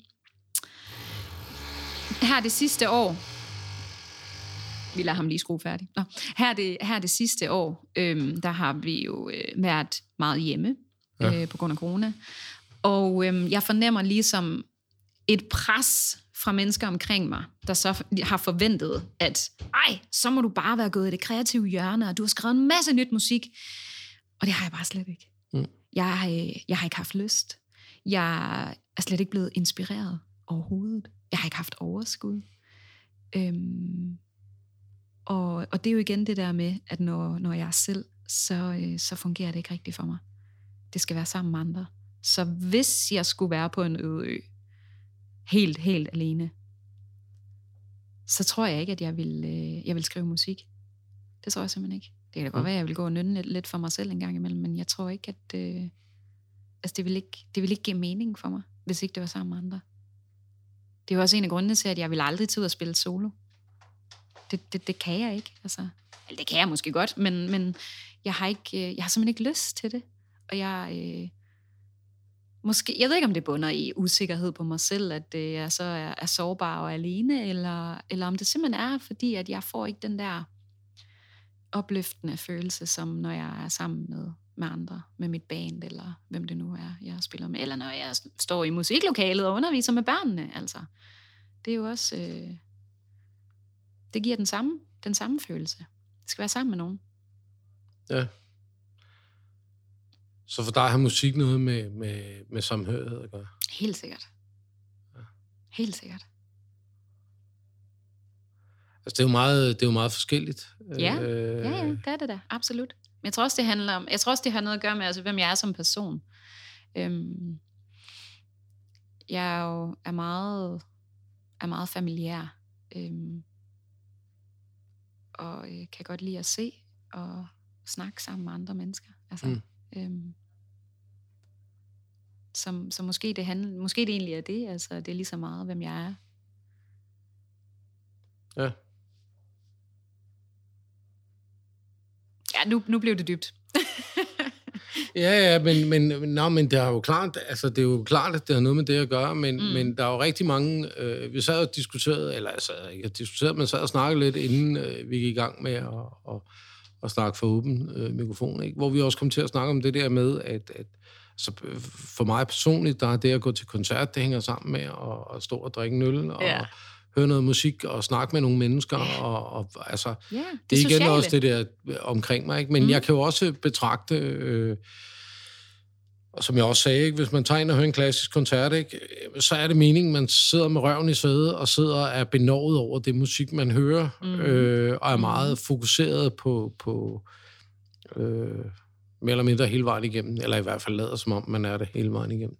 her det sidste år, vi lader ham lige skrue færdig. Nå. Her, det, her det sidste år, øhm, der har vi jo øh, været meget hjemme ja. øh, på grund af corona. Og øhm, jeg fornemmer ligesom et pres fra mennesker omkring mig, der så har forventet, at ej, så må du bare være gået i det kreative hjørne, og du har skrevet en masse nyt musik. Og det har jeg bare slet ikke. Mm. Jeg, øh, jeg har ikke haft lyst. Jeg er slet ikke blevet inspireret overhovedet. Jeg har ikke haft overskud. Øhm, og, og det er jo igen det der med, at når, når jeg er selv, så, øh, så fungerer det ikke rigtigt for mig. Det skal være sammen med andre. Så hvis jeg skulle være på en øde ø, helt, helt alene, så tror jeg ikke, at jeg vil, øh, jeg vil skrive musik. Det tror jeg simpelthen ikke. Det kan da godt være, at jeg vil gå og nynne lidt, lidt for mig selv en gang imellem, men jeg tror ikke, at øh, altså det, vil ikke, det vil ikke give mening for mig, hvis ikke det var sammen med andre. Det er jo også en af grundene til, at jeg vil aldrig til ud og spille solo. Det, det, det kan jeg ikke. Altså, det kan jeg måske godt, men, men jeg, har ikke, jeg har simpelthen ikke lyst til det. Og jeg... Øh, Måske, jeg ved ikke, om det bunder i usikkerhed på mig selv, at jeg så er, er sårbar og alene, eller, eller om det simpelthen er, fordi at jeg får ikke den der opløftende følelse, som når jeg er sammen med, med andre, med mit band, eller hvem det nu er, jeg spiller med, eller når jeg står i musiklokalet og underviser med børnene. Altså. Det er jo også, øh, det giver den samme, den samme følelse. Det skal være sammen med nogen. Ja. Så for dig har musik noget med, med, med samhørighed at gøre? Helt sikkert. Ja. Helt sikkert. Altså, det er jo meget, det er jo meget forskelligt. Ja, øh... ja, ja, det er det da. Absolut. Men jeg tror også, det handler om, jeg tror også, det har noget at gøre med, altså, hvem jeg er som person. Øhm, jeg er jo er meget, er meget familiær. Øhm, og øh, kan godt lide at se og snakke sammen med andre mennesker. Altså... Mm. Øhm, som, så måske det handler, måske det egentlig er det, altså det er lige så meget, hvem jeg er. Ja. Ja, nu, nu blev det dybt. Ja, ja, men, men, no, men det er jo klart, altså det er jo klart, at det har noget med det at gøre, men, mm. men der er jo rigtig mange, øh, vi sad og diskuterede, eller altså ikke diskuterede, men sad og snakkede lidt, inden øh, vi gik i gang med at, at, at snakke for åben øh, mikrofon, ikke? Hvor vi også kom til at snakke om det der med, at, at så for mig personligt, der er det at gå til koncert, det hænger sammen med at, at stå og drikke en øl, og ja. høre noget musik og snakke med nogle mennesker, ja. og, og altså, ja, det, det er igen sociale. Også det der omkring mig, ikke? Men mm. jeg kan jo også betragte, øh, og som jeg også sagde, ikke? Hvis man tager ind og hører en klassisk koncert, ikke? Så er det meningen, man sidder med røven i sædet, og sidder og er benovet over det musik, man hører, mm. øh, og er meget mm. fokuseret på, på øh, mere eller mindre hele vejen igennem, eller i hvert fald lader som om, man er det hele vejen igennem.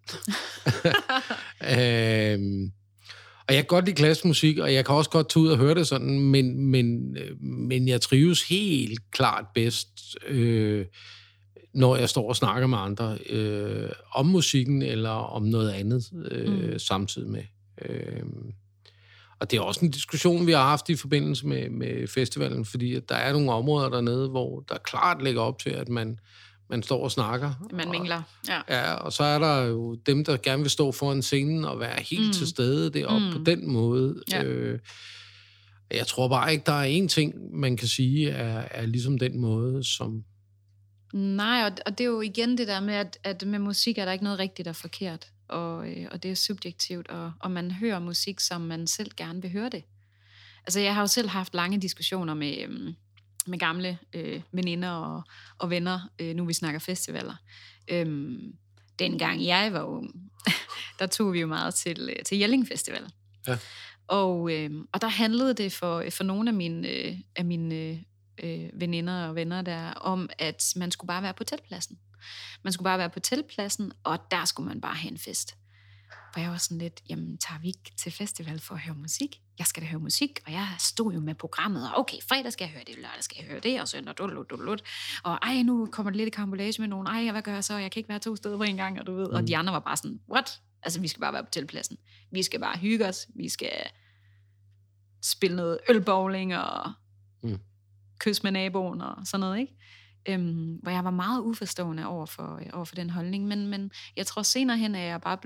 øh, Og jeg kan godt lide klassisk musik, og jeg kan også godt tage ud og høre det sådan, men, men, men jeg trives helt klart bedst, øh, når jeg står og snakker med andre øh, om musikken eller om noget andet øh, mm. samtidig med. Øh, og det er også en diskussion, vi har haft i forbindelse med, med festivalen, fordi at der er nogle områder dernede, hvor der klart lægger op til, at man Man står og snakker. Man mingler, ja. Ja, og så er der jo dem, der gerne vil stå foran scenen og være helt mm. til stede deroppe mm. på den måde. Ja. Øh, jeg tror bare ikke, der er én ting, man kan sige, er, er ligesom den måde, som... Nej, og, og det er jo igen det der med, at, at med musik er der ikke noget rigtigt og forkert. Og, øh, og det er subjektivt, og, og man hører musik, som man selv gerne vil høre det. Altså, jeg har jo selv haft lange diskussioner med... Øh, med gamle øh, veninder og, og venner, øh, nu vi snakker festivaler. Øhm, dengang jeg var ung, der tog vi jo meget til, øh, til Jelling Festival. Ja. Og, øh, og der handlede det for, for nogle af mine, øh, af mine øh, veninder og venner der, om at man skulle bare være på teltpladsen. Man skulle bare være på teltpladsen, og der skulle man bare have en fest. For jeg var sådan lidt, jamen tager vi ikke til festival for at høre musik? Jeg skal da høre musik, og jeg stod jo med programmet, og okay, fredag skal jeg høre det, lørdag skal jeg høre det, og søndag, dullut, og ej, nu kommer det lidt i karambolage med nogen, ej, hvad gør jeg så? Jeg kan ikke være to steder på en gang, og du ved. Mm. Og de andre var bare sådan, what? Altså, vi skal bare være på teltpladsen. Vi skal bare hygge os, vi skal spille noget ølbowling, og mm. kysse med naboen, og sådan noget, ikke? Øhm, hvor jeg var meget uforstående over for, over for den holdning, men, men jeg tror senere hen, at jeg bare...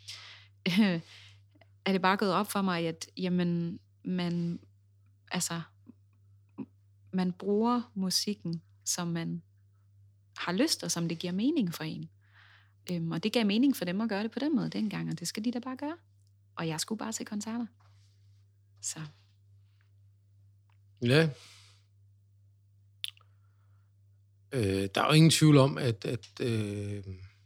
er det bare gået op for mig, at jamen, man, altså, man bruger musikken, som man har lyst, og som det giver mening for en. Øhm, og det gav mening for dem at gøre det på den måde dengang, og det skal de da bare gøre. Og jeg skulle bare til koncerter. Så. Ja. Øh, der er jo ingen tvivl om, at... at øh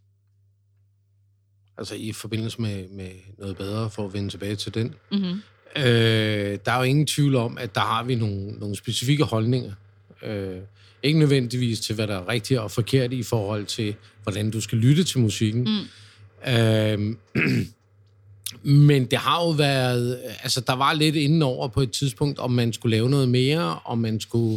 altså i forbindelse med, med noget bedre, for at vende tilbage til den. Mm-hmm. Øh, der er jo ingen tvivl om, at der har vi nogle, nogle specifikke holdninger. Øh, ikke nødvendigvis til, hvad der er rigtigt og forkert i forhold til, hvordan du skal lytte til musikken. Mm. Øh, men det har jo været... Altså, der var lidt indenover på et tidspunkt, om man skulle lave noget mere, om man skulle...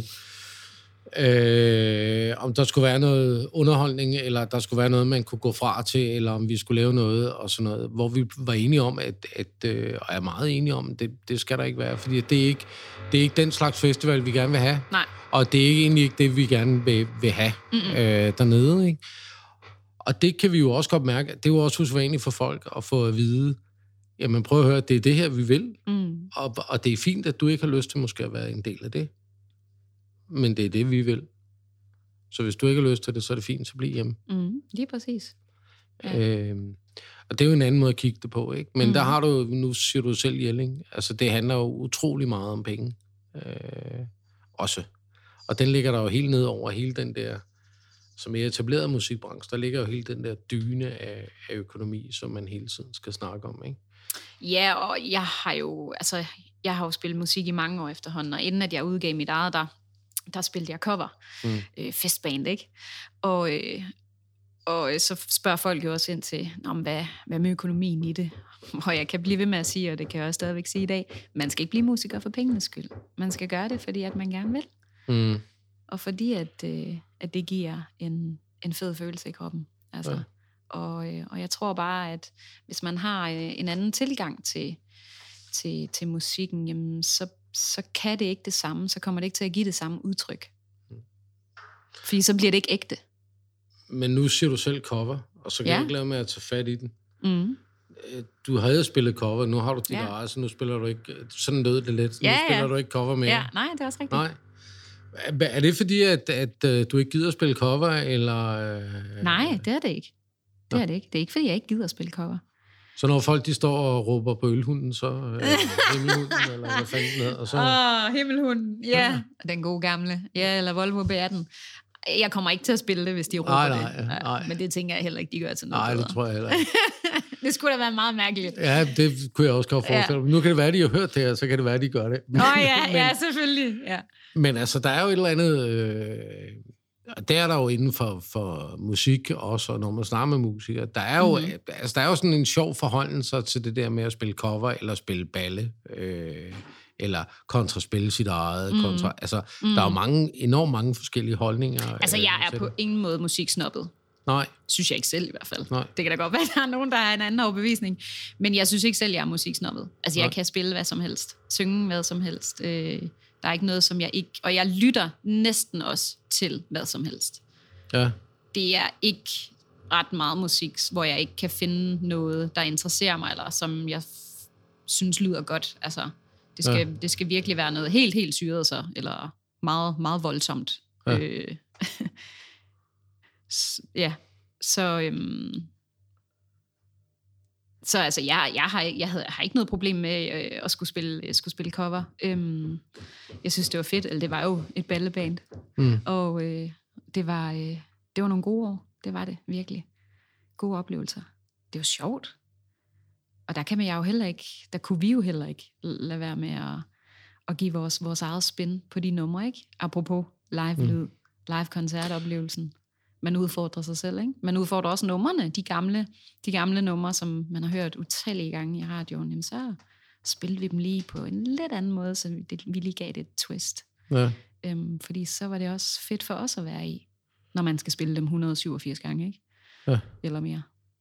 Øh, om der skulle være noget underholdning, eller der skulle være noget, man kunne gå fra til, eller om vi skulle lave noget og sådan noget, hvor vi var enige om, at, at øh, og er meget enige om, det, det skal der ikke være, fordi det er ikke, det er ikke den slags festival, vi gerne vil have. Nej. Og det er ikke egentlig ikke det, vi gerne vil, vil have øh, dernede, ikke? Og det kan vi jo også godt mærke, det er jo også usædvanligt for folk at få at vide, jamen prøv at høre, det er det her, vi vil, mm. og, og det er fint, at du ikke har lyst til måske at være en del af det. Men det er det, vi vil. Så hvis du ikke har lyst til det, så er det fint, så bliv hjemme. Mm, lige præcis. Ja. Øhm, og det er jo en anden måde at kigge det på, ikke? Men mm. der har du, nu siger du selv Jelling, altså det handler jo utrolig meget om penge. Øh, også. Og den ligger der jo helt ned over hele den der, som er etableret musikbranche, der ligger jo hele den der dyne af, af økonomi, som man hele tiden skal snakke om, ikke? Ja, og jeg har jo, altså, jeg har jo spillet musik i mange år efterhånden, og inden at jeg udgav mit eget, der der spillede jeg cover, mm. øh, festband, ikke? Og, øh, og så spørger folk jo også ind til, om hvad, hvad med økonomien i det? Og jeg kan blive ved med at sige, og det kan jeg også stadigvæk sige i dag, man skal ikke blive musiker for pengenes skyld. Man skal gøre det, fordi at man gerne vil. Mm. Og fordi at, øh, at det giver en, en fed følelse i kroppen. Altså. Ja. Og, øh, og jeg tror bare, at hvis man har øh, en anden tilgang til, til, til musikken, jamen, så så kan det ikke det samme, så kommer det ikke til at give det samme udtryk. Fordi så bliver det ikke ægte. men nu siger du selv cover, og så kan Ja. jeg ikke lade med at tage fat i den. Mm. Du havde spillet cover, nu har du dit Ja. eget, så nu spiller du ikke... Sådan lød det lidt. Ja, nu spiller ja. du ikke cover mere. Ja, nej, det er også rigtigt. Nej. Er- Er det fordi, at, at, at du ikke gider at spille cover, eller... øh, Nej, det er det ikke. Det Nå. er det ikke. Det er ikke, fordi jeg ikke gider at spille cover. Så når folk de står og råber på ølhunden, så... Øh, himmelhunden, eller hvad fanden den hedder, og så... Åh, oh, himmelhunden. Ja, yeah. Den gode gamle. Ja, eller Volvo B atten. Jeg kommer ikke til at spille det, hvis de råber Nej, nej, det. nej. Men det tænker jeg heller ikke, de gør til noget Nej, det bedre. tror jeg heller ikke. Det skulle da være meget mærkeligt. Ja, det kunne jeg også godt forestille mig. Ja. Nu kan det være, at de har hørt det her, så kan det være, at de gør det. Åh oh, ja, men, ja, selvfølgelig. Ja. Men altså, der er jo et eller andet... Øh, der er der jo inden for, for musik også, og når man snakker med musikere, der er jo, mm-hmm. altså, der er jo sådan en sjov forholdelse til det der med at spille cover, eller spille balle, øh, eller kontraspille sit eget. Mm. Kontra, altså, mm. der er jo mange, enormt mange forskellige holdninger. Altså, jeg er øh, på ingen måde musiksnobbet. Nej. Synes jeg ikke selv i hvert fald. Nej. Det kan da godt være, at der er nogen, der har en anden overbevisning. Men jeg synes ikke selv, jeg er musiksnobbet. Altså, jeg Nej. kan spille hvad som helst. Synge hvad som helst. Øh, der er ikke noget, som jeg ikke... Og jeg lytter næsten også til hvad som helst. Ja. Det er ikke ret meget musik, hvor jeg ikke kan finde noget, der interesserer mig, eller som jeg f- synes lyder godt. Altså, det skal, ja. det skal virkelig være noget helt, helt syret så, eller meget, meget voldsomt. Ja. Øh, ja, så... Øhm, så altså, jeg, jeg, har, jeg, havde, jeg har ikke noget problem med øh, at skulle spille, skulle spille cover. Øhm, jeg synes, det var fedt. Eller det var jo et balleband. Mm. Og øh, det, var, øh, det var nogle gode år. Det var det, virkelig. Gode oplevelser. Det var sjovt. Og der kan man jo heller ikke, der kunne vi jo heller ikke lade være med at, at give vores, vores eget spin på de numre, ikke? Apropos live-lyd, mm. live-koncertoplevelsen. Man udfordrer sig selv, ikke? Man udfordrer også numrene, de gamle, de gamle numre, som man har hørt utallige gange i radioen. Jamen, så spillede vi dem lige på en lidt anden måde, så vi, det, vi lige gav det et twist. Ja. Øhm, fordi så var det også fedt for os at være i, når man skal spille dem et hundrede og syvogfirs gange, ikke? Ja. Eller mere.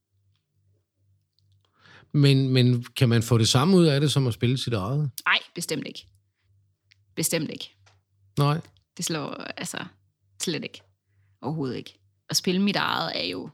Men, men kan man få det samme ud af det, som at spille sit eget? Nej, bestemt ikke. Bestemt ikke. Nej. Det slår, altså, slet ikke. Overhovedet ikke. At spille mit eget er jo...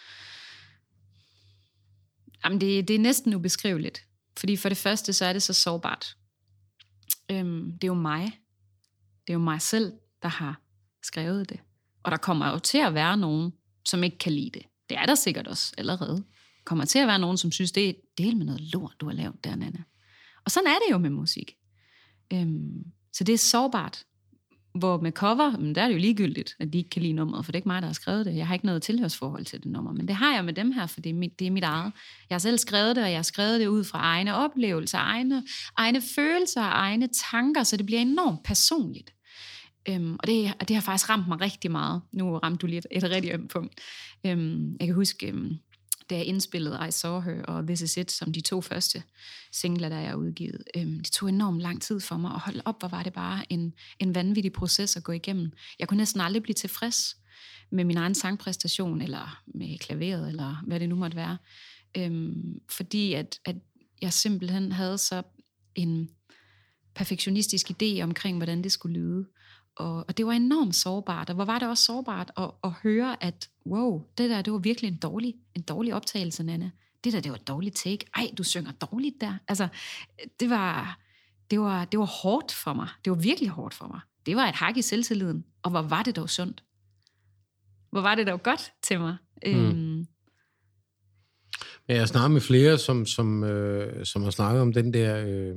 Jamen, det, det er næsten ubeskriveligt. Fordi for det første, så er det så sårbart. Øhm, det er jo mig. Det er jo mig selv, der har skrevet det. Og der kommer jo til at være nogen, som ikke kan lide det. Det er der sikkert også allerede. Der kommer til at være nogen, som synes, det er et del med noget lort, du har lavet der, Nanna. Og sådan er det jo med musik. Øhm, så det er sårbart. Hvor med cover, men der er det jo ligegyldigt, at de ikke kan lide nummeret, for det er ikke mig, der har skrevet det. Jeg har ikke noget tilhørsforhold til det nummer, men det har jeg med dem her, for det er mit, det er mit eget. Jeg har selv skrevet det, og jeg har skrevet det ud fra egne oplevelser, egne, egne følelser, egne tanker, så det bliver enormt personligt. Øhm, og det, det har faktisk ramt mig rigtig meget. Nu ramte du lige et, et rigtig ømt punkt. Øhm, jeg kan huske, øhm, da jeg indspillede I Saw Her og This Is It, som de to første singler, der jeg har udgivet. Øhm, det tog enormt lang tid for mig, og hold op, hvor var det bare en, en vanvittig proces at gå igennem. Jeg kunne næsten aldrig blive tilfreds med min egen sangpræstation, eller med klaveret, eller hvad det nu måtte være. Øhm, fordi at, at jeg simpelthen havde så en perfektionistisk idé omkring, hvordan det skulle lyde. Og, og det var enormt sårbart, og hvor var det også sårbart at, at høre, at wow, det der, det var virkelig en dårlig, en dårlig optagelse, Nanna. Det der, det var et dårligt take. Ej, du synger dårligt der. Altså, det var, det var, det var hårdt for mig. Det var virkelig hårdt for mig. Det var et hak i selvtilliden, og hvor var det dog sundt. Hvor var det dog godt til mig. Mm. Øhm. Jeg har snakket med flere, som, som, øh, som har snakket om den der... Øh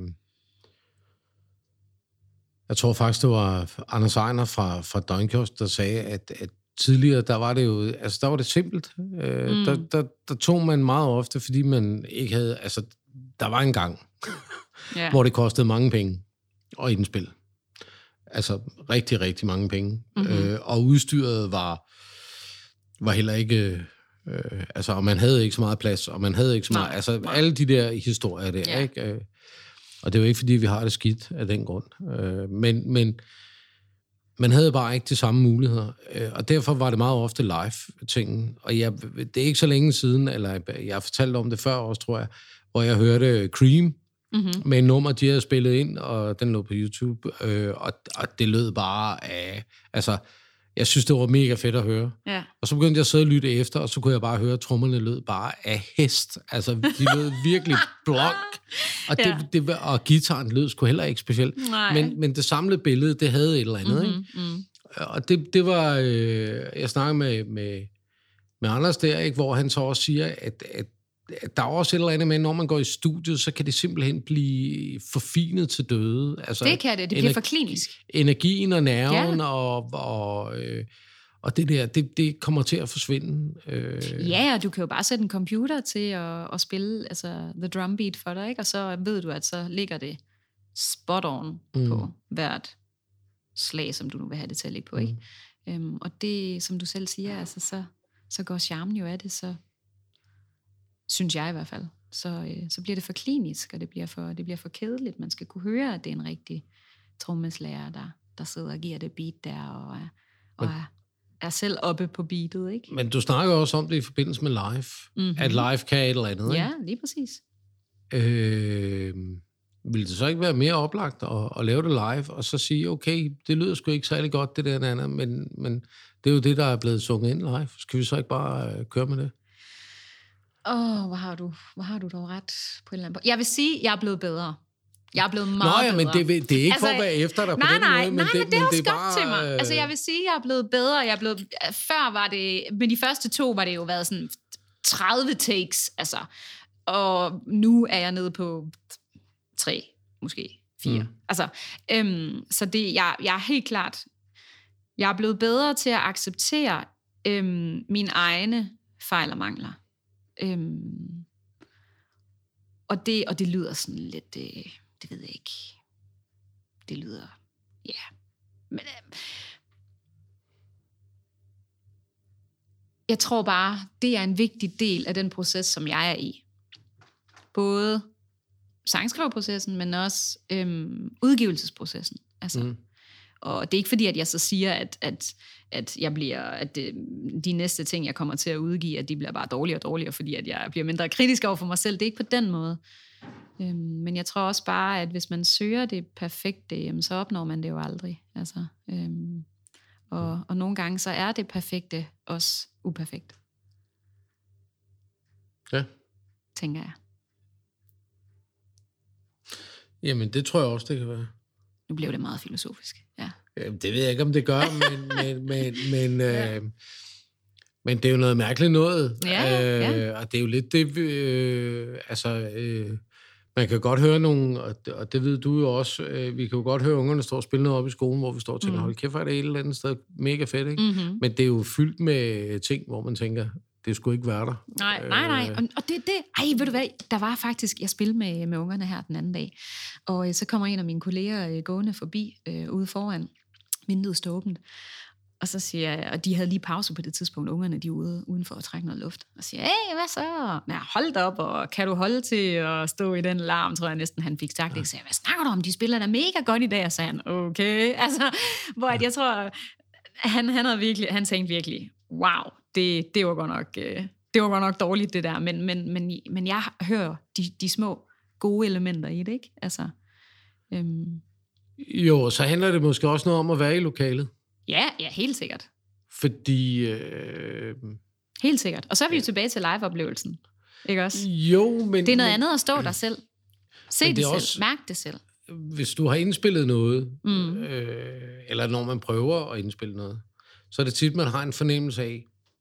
Jeg tror faktisk, det var Anders Ejner fra, fra Døgnkiosk, der sagde, at, at tidligere, der var det jo, altså der var det simpelt. Øh, mm. der, der, der tog man meget ofte, fordi man ikke havde, altså der var en gang, yeah. hvor det kostede mange penge at indspille. Altså rigtig, rigtig mange penge. Mm-hmm. Øh, og udstyret var, var heller ikke, øh, altså og man havde ikke så meget plads, og man havde ikke så meget, nej, altså nej. Alle de der historier der, yeah. ikke? Øh, Og det er jo ikke, fordi vi har det skidt af den grund. Øh, men, men man havde bare ikke de samme muligheder. Øh, og derfor var det meget ofte live-tingen. Og jeg, det er ikke så længe siden, eller jeg har fortalt om det før også, tror jeg, hvor jeg hørte Cream mm-hmm. med en nummer, de havde spillet ind, og den lå på YouTube. Øh, og, og det lød bare af... Altså, jeg synes, det var mega fedt at høre. Ja. Og så begyndte jeg at sidde og lytte efter, og så kunne jeg bare høre, at trommerne lød bare af hest. Altså, de lød virkelig blok. Og, det, Ja. det, og guitaren lød sgu heller ikke specielt. Men, men det samlede billede, det havde et eller andet, Mm-hmm, ikke? mm. Og det, det var... Øh, jeg snakkede med, med, med Anders der, ikke? Hvor han så også siger, at, at, at der er også et eller andet med, når man går i studiet, så kan det simpelthen blive forfinet til døde. Altså, Det kan det. Det bliver for klinisk. Energien og nerven Ja. og... og øh, Og det der, det, det kommer til at forsvinde. Øh. Ja, og du kan jo bare sætte en computer til at, at spille altså, the drum beat for dig, ikke? Og så ved du, at så ligger det spot on mm. på hvert slag, som du nu vil have det til at ligge på. Ikke? Mm. Øhm, og det, som du selv siger, altså, så, så går charmen jo af det, så synes jeg i hvert fald. Så, øh, så bliver det for klinisk, og det bliver for, det bliver for kedeligt. Man skal kunne høre, at det er en rigtig trommeslager, der, der sidder og giver det beat der, og er, og er er selv oppe på beatet, ikke? Men du snakker også om det i forbindelse med live. Mm-hmm. At live kan et eller andet, ja, ikke? lige præcis. Øh, vil det så ikke være mere oplagt at, at lave det live, og så sige, okay, det lyder sgu ikke særlig godt, det der andet, men, men det er jo det, der er blevet sunget ind live. Skal vi så ikke bare uh, køre med det? Åh, oh, hvor har du, hvor har du dog ret på en eller anden måde. Jeg vil sige, jeg er blevet bedre. Jeg er blevet meget Nå ja, bedre. men det, det er ikke altså, for at være efter dig på nej, den nej, måde. Men nej, det, men det er men også det er godt bare, til mig. Altså jeg vil sige, jeg er blevet bedre. Jeg er blevet, før var det, men de første to var det jo været sådan tredive takes, altså. Og nu er jeg nede på tre, måske fire. Mm. Altså, øhm, så det, jeg, jeg er helt klart, jeg er blevet bedre til at acceptere øhm, mine egne fejl og mangler. Øhm, og, det, og det lyder sådan lidt, øh, det ved jeg ikke, det lyder, ja, yeah. men øh, jeg tror bare, det er en vigtig del af den proces, som jeg er i. Både sangskriverprocessen, men også øhm, udgivelsesprocessen. Altså. Mm. Og det er ikke fordi, at jeg så siger, at, at, at, jeg bliver, at det, de næste ting, jeg kommer til at udgive, at de bliver bare dårligere og dårligere, fordi at jeg bliver mindre kritisk over for mig selv. Det er ikke på den måde. Øhm, men jeg tror også bare, at hvis man søger det perfekte, jamen, så opnår man det jo aldrig. Altså, øhm, og, og nogle gange, så er det perfekte også uperfekt. Ja. Tænker jeg. Jamen, det tror jeg også, det kan være. Nu blev det meget filosofisk, ja. Jamen, det ved jeg ikke, om det gør, men, men, men, men, ja. øh, men det er jo noget mærkeligt noget. Ja, øh, ja. Og det er jo lidt det, øh, altså, øh, man kan godt høre nogle, og det, og det ved du jo også, øh, vi kan jo godt høre ungerne stå og spille noget op i skolen, hvor vi står og tænker, mm. hold kæft, er det et eller andet sted mega fedt, ikke? Mm-hmm. Men det er jo fyldt med ting, hvor man tænker, det skulle ikke være der. Nej, nej, nej. Og, og det, det, ej, ved du hvad, der var faktisk, jeg spillede med, med ungerne her den anden dag, og så kommer en af mine kolleger øh, gående forbi øh, ude foran, vinduet stod åbent, og så siger jeg, og de havde lige pause på det tidspunkt, ungerne, de er ude udenfor at trække noget luft, og siger, hey, hvad så? Ja, hold da op, og kan du holde til at stå i den larm, tror jeg næsten, han fik sagt det. Jeg sagde, hvad snakker du om? De spiller da mega godt i dag, og sagde han, okay, altså, hvor at jeg tror, han, han havde virkelig, han tænkte virkelig, wow, det, det var godt nok, det var godt nok dårligt, det der, men, men, men, men jeg hører de, de små gode elementer i det, ikke? Altså, øhm. Jo, så handler det måske også noget om at være i lokalet. Ja, ja, helt sikkert. Fordi... Øh... Helt sikkert. Og så er vi jo tilbage til live-oplevelsen, ikke også? Jo, men... Det er noget andet at stå der selv. Se det, det selv, også, mærk det selv. Hvis du har indspillet noget, mm. øh, eller når man prøver at indspille noget, så er det tit, man har en fornemmelse af,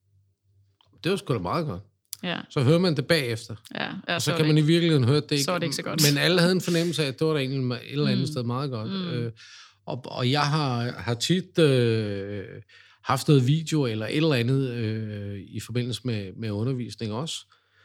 det var sgu da meget godt. Ja. Så hører man det bagefter. Ja, ja, og så, så kan man i virkeligheden høre det ikke. Så er det ikke så godt. Men alle havde en fornemmelse af, at det var da egentlig et eller andet mm. sted meget godt. Mm. Øh, og, og jeg har, har tit øh, haft noget video eller et eller andet øh, i forbindelse med, med undervisning også,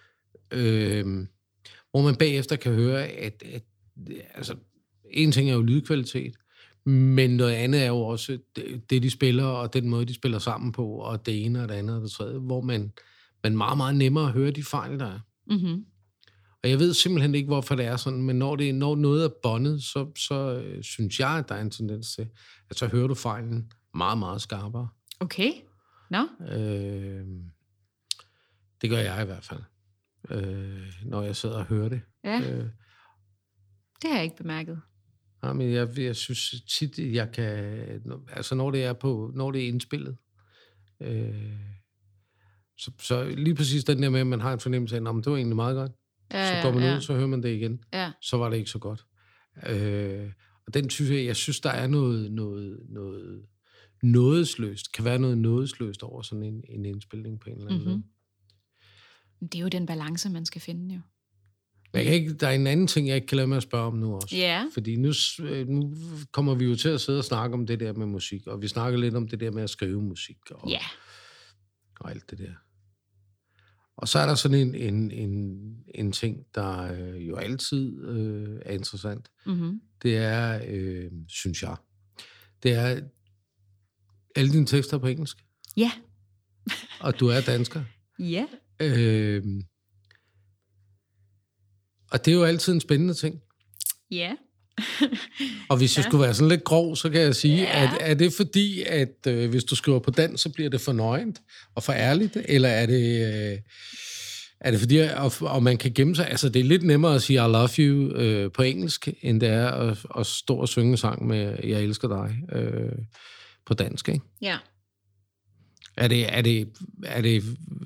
øh, hvor man bagefter kan høre, at, at altså, en ting er jo lydkvalitet, men noget andet er jo også det, det, de spiller, og den måde, de spiller sammen på, og det ene og det andet og det tredje, hvor man, man meget, meget nemmere hører de fejl, der er. Mm-hmm. Og jeg ved simpelthen ikke, hvorfor det er sådan, men når, det, når noget er båndet, så, så øh, synes jeg, at der er en tendens til, at så hører du fejlen meget, meget skarpere. Okay. Nå. Øh, det gør jeg i hvert fald, øh, når jeg sidder og hører det. Ja. Øh, det har jeg ikke bemærket. Ja, men jeg, jeg synes tit, jeg kan... Altså, når det er, på, når det er indspillet, øh, så, så lige præcis den der med, at man har en fornemmelse af, at det var egentlig meget godt. Ja, så går man ja. ud, så hører man det igen. Ja. Så var det ikke så godt. Øh, og den synes jeg, jeg synes, der er noget, noget, noget nådesløst. Kan være noget nådesløst over sådan en, en indspilning på en eller anden mm-hmm. måde. Det er jo den balance, man skal finde, jo. Jeg kan ikke, der er en anden ting, jeg ikke kan lade mig at spørge om nu også. Yeah. Fordi nu, nu kommer vi jo til at sidde og snakke om det der med musik, og vi snakker lidt om det der med at skrive musik og, yeah. og alt det der. Og så er der sådan en, en, en, en ting, der øh, jo altid øh, er interessant. Mm-hmm. Det er, øh, synes jeg, det er alle dine tekster på engelsk. Ja. Yeah. Og du er dansker. Ja. Yeah. Øh, Og det er jo altid en spændende ting. Ja. Og hvis jeg ja. skulle være sådan lidt grov, så kan jeg sige, ja. at er det fordi, at øh, hvis du skriver på dansk, så bliver det for nøgent og for ærligt? Eller er det, øh, er det fordi, og, og man kan gemme sig? Altså, det er lidt nemmere at sige I love you øh, på engelsk, end det er at, at stå og synge sang med jeg elsker dig øh, på dansk, ikke? Ja. Er det... Er det, er det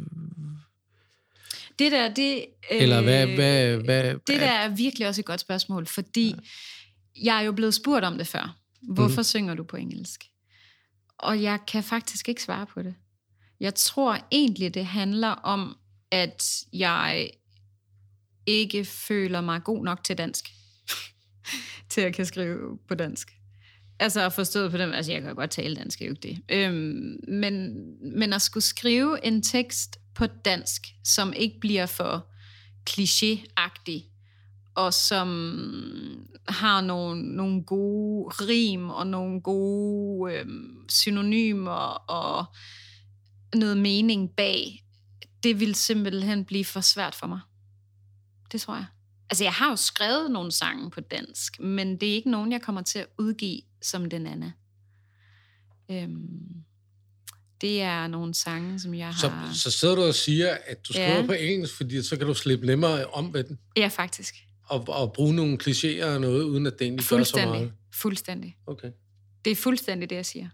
Det der, det, øh, Eller hvad, hvad, hvad, det der er virkelig også et godt spørgsmål, fordi ja. jeg er jo blevet spurgt om det før. Hvorfor mm. synger du på engelsk? Og jeg kan faktisk ikke svare på det. Jeg tror egentlig, det handler om, at jeg ikke føler mig god nok til dansk, til at kan skrive på dansk. Altså forstået på dem, altså jeg kan jo godt tale dansk, er jo ikke det. Øhm, men, men at skulle skrive en tekst på dansk, som ikke bliver for kliché-agtig, og som har nogle, nogle gode rim, og nogle gode øhm, synonymer, og noget mening bag, det vil simpelthen blive for svært for mig. Det tror jeg. Altså, jeg har jo skrevet nogle sange på dansk, men det er ikke nogen, jeg kommer til at udgive som den anden. Øhm, det er nogle sange, som jeg har... Så, så sidder du og siger, at du skriver ja. på engelsk, fordi så kan du slippe nemmere om med den? Ja, faktisk. Og, og bruge nogle klichéer og noget, uden at det egentlig gør så meget? Fuldstændig. Okay. Det er fuldstændig det, jeg siger.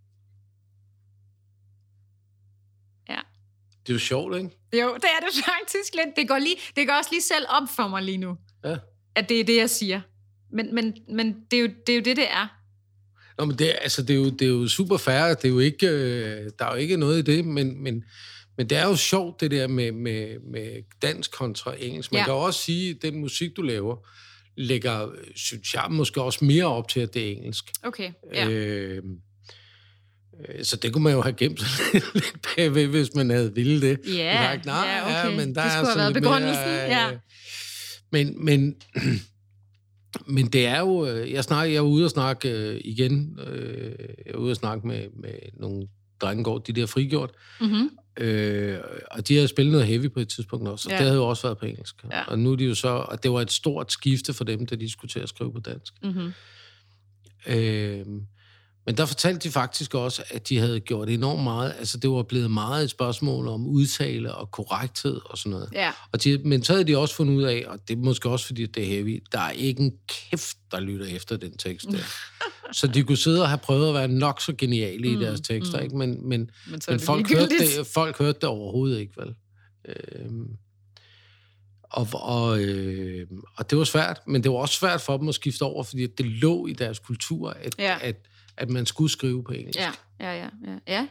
Ja. Det er jo sjovt, ikke? Jo, det er det faktisk lidt. Det går, lige, det går også lige selv op for mig lige nu, ja. at det er det, jeg siger. Men, men, men det, er jo, det er jo det, det er. Nå, men det, altså, det, er jo, det er jo super fair. Det er jo ikke, øh, der er jo ikke noget i det, men, men, men det er jo sjovt, det der med, med, med dansk kontra engelsk. Man ja. kan jo også sige, at den musik, du laver, lægger, synes jeg, måske også mere op til, at det er engelsk. Okay, ja. Øh, Så det kunne man jo have gemt lidt bagved, hvis man havde ville det. Ja, sagt, nej, ja, okay. Ja, men der det skulle er have været begrundelsen, mere, ja. Men, men, men det er jo... Jeg, snakker, jeg er ude og snakke igen. Jeg er ude og snakke med, med nogle drengegård, de der frigjort. Mm-hmm. Øh, og de havde spillet noget heavy på et tidspunkt også, og ja. det havde jo også været på engelsk. Ja. Og nu er de jo så... Og det var et stort skifte for dem, da de skulle til at skrive på dansk. Mm-hmm. Øh, Men der fortalte de faktisk også, at de havde gjort enormt meget. Altså, det var blevet meget et spørgsmål om udtale og korrekthed og sådan noget. Ja. Og de, men så havde de også fundet ud af, og det er måske også, fordi det er heavy, der er ikke en kæft, der lytter efter den tekst der. Så de kunne sidde og have prøvet at være nok så geniale mm, i deres tekster, mm. ikke? Men, men, men, men folk, hørte det, folk hørte det overhovedet ikke, vel? Øhm, og, og, øh, og det var svært, men det var også svært for dem at skifte over, fordi det lå i deres kultur, at, ja. at at man skulle skrive på engelsk. Ja, ja, ja. ja. ja.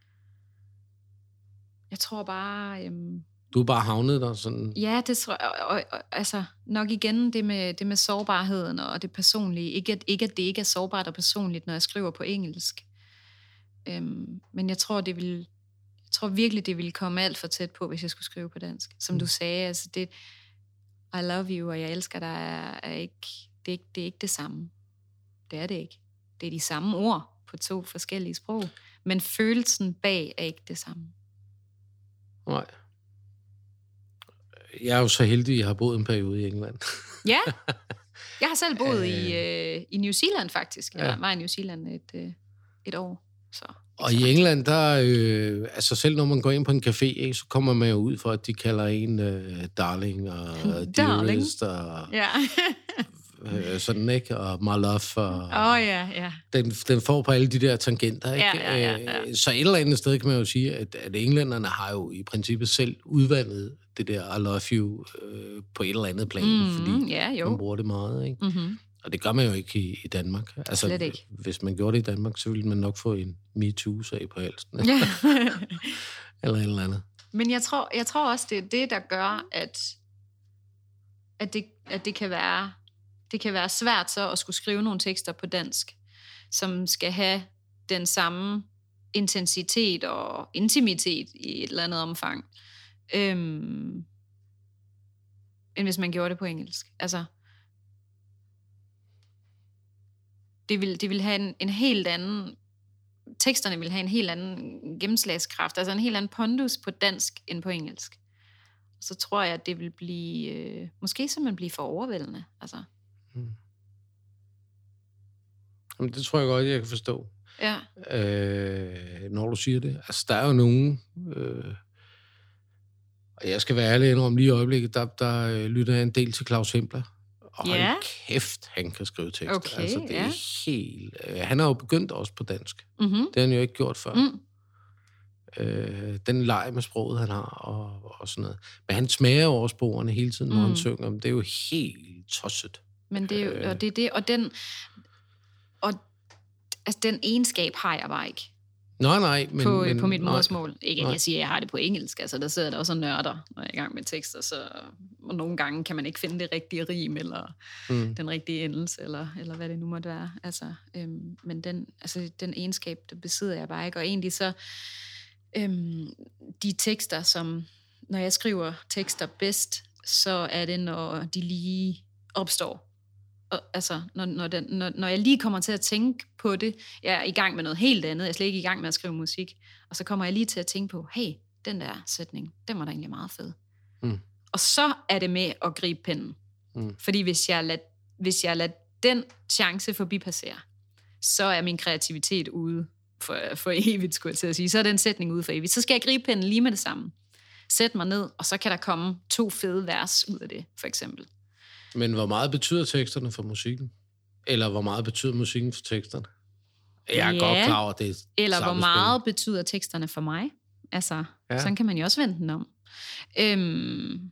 Jeg tror bare... Øhm... Du er bare havnet der sådan... Ja, det tror jeg. Og, og, og, altså, nok igen det med, det med sårbarheden og det personlige. Ikke at, ikke at det ikke er sårbart og personligt, når jeg skriver på engelsk. Øhm, men jeg tror, det vil... Jeg tror virkelig, det ville komme alt for tæt på, hvis jeg skulle skrive på dansk. Som mm. du sagde, altså det... I love you, og jeg elsker dig, er, er ikke, det, er ikke, det er ikke det samme. Det er det ikke. Det er de samme ord på to forskellige sprog, men følelsen bag er ikke det samme. Nej. Jeg er jo så heldig, at jeg har boet en periode i England. Ja, jeg har selv boet i, øh, i New Zealand faktisk. Jeg ja. var i New Zealand et, øh, et år. Så, og i England, der øh, altså selv når man går ind på en café, ikke, så kommer man jo ud for, at de kalder en øh, darling og dearest og... Ja. øh, sådan, ikke? Og My Love. Og, Åh, oh, ja, ja. Den, den får på alle de der tangenter, ikke? Ja, ja, ja, ja. Så et eller andet sted kan man jo sige, at, at englænderne har jo i princippet selv udvandet det der I love you øh, på et eller andet plan, Mm, fordi ja, jo. man bruger det meget, ikke? Mm-hmm. Og det gør man jo ikke i, i Danmark. Altså, Slet ikke. Hvis man gjorde det i Danmark, så ville man nok få en MeToo-sag på halsen. Ja. eller et eller andet. Men jeg tror, jeg tror også, det er det, der gør, at, at, det, at det, kan være, det kan være svært så at skulle skrive nogle tekster på dansk, som skal have den samme intensitet og intimitet i et eller andet omfang, øhm, end hvis man gjorde det på engelsk. Altså, det vil, det vil have en, en helt anden... Teksterne vil have en helt anden gennemslagskraft, altså en helt anden pondus på dansk end på engelsk. Så tror jeg, at det vil blive... Øh, måske så man blive for overvældende. Altså. Hmm. Jamen, det tror jeg godt, jeg kan forstå. Ja. Øh, når du siger det. Altså, der er jo nogen... Øh, og jeg skal være ærlig indrømme lige i øjeblikket, der, der øh, lytter jeg en del til Claus Hempler. Og ja. hold kæft, han kan skrive tekster. Okay, altså, det ja. er helt... Øh, han har jo begyndt også på dansk. Mm-hmm. Det har han jo ikke gjort før. Mm. Øh, den leg med sproget, han har, og, og sådan noget. Men han smager over sporene hele tiden, når mm. han synger om. Det er jo helt tosset. Men det er jo, og det er det, og den... Og altså, den egenskab har jeg bare ikke. Nej, nej. Men, på, men, på mit nej. modersmål. Ikke at Nej. jeg siger, at jeg har det på engelsk. Altså, der sidder der også og nørder, når jeg er i gang med tekster. Så, og nogle gange kan man ikke finde det rigtige rim, eller mm. den rigtige endelse, eller, eller hvad det nu måtte være. Altså, øhm, men den, altså, den egenskab, det besidder jeg bare ikke. Og egentlig så, øhm, de tekster, som, når jeg skriver tekster bedst, så er det, når de lige opstår. Og, altså, når, når, den, når, når jeg lige kommer til at tænke på det, jeg er i gang med noget helt andet, jeg er slet ikke i gang med at skrive musik, og så kommer jeg lige til at tænke på, hey, den der sætning, den var da egentlig meget fed. Mm. Og så er det med at gribe pennen. Mm. Fordi hvis jeg, lader, hvis jeg lader den chance forbipassere, så er min kreativitet ude for, for evigt, skulle jeg til at sige. Så er den sætning ude for evigt. Så skal jeg gribe pennen lige med det samme. Sæt mig ned, og så kan der komme to fede vers ud af det, for eksempel. Men hvor meget betyder teksterne for musikken? Eller hvor meget betyder musikken for teksterne? Jeg er ja. godt klar over, det er Eller hvor meget spil. Betyder teksterne for mig? Altså, ja. Sådan kan man jo også vende den om. Øhm...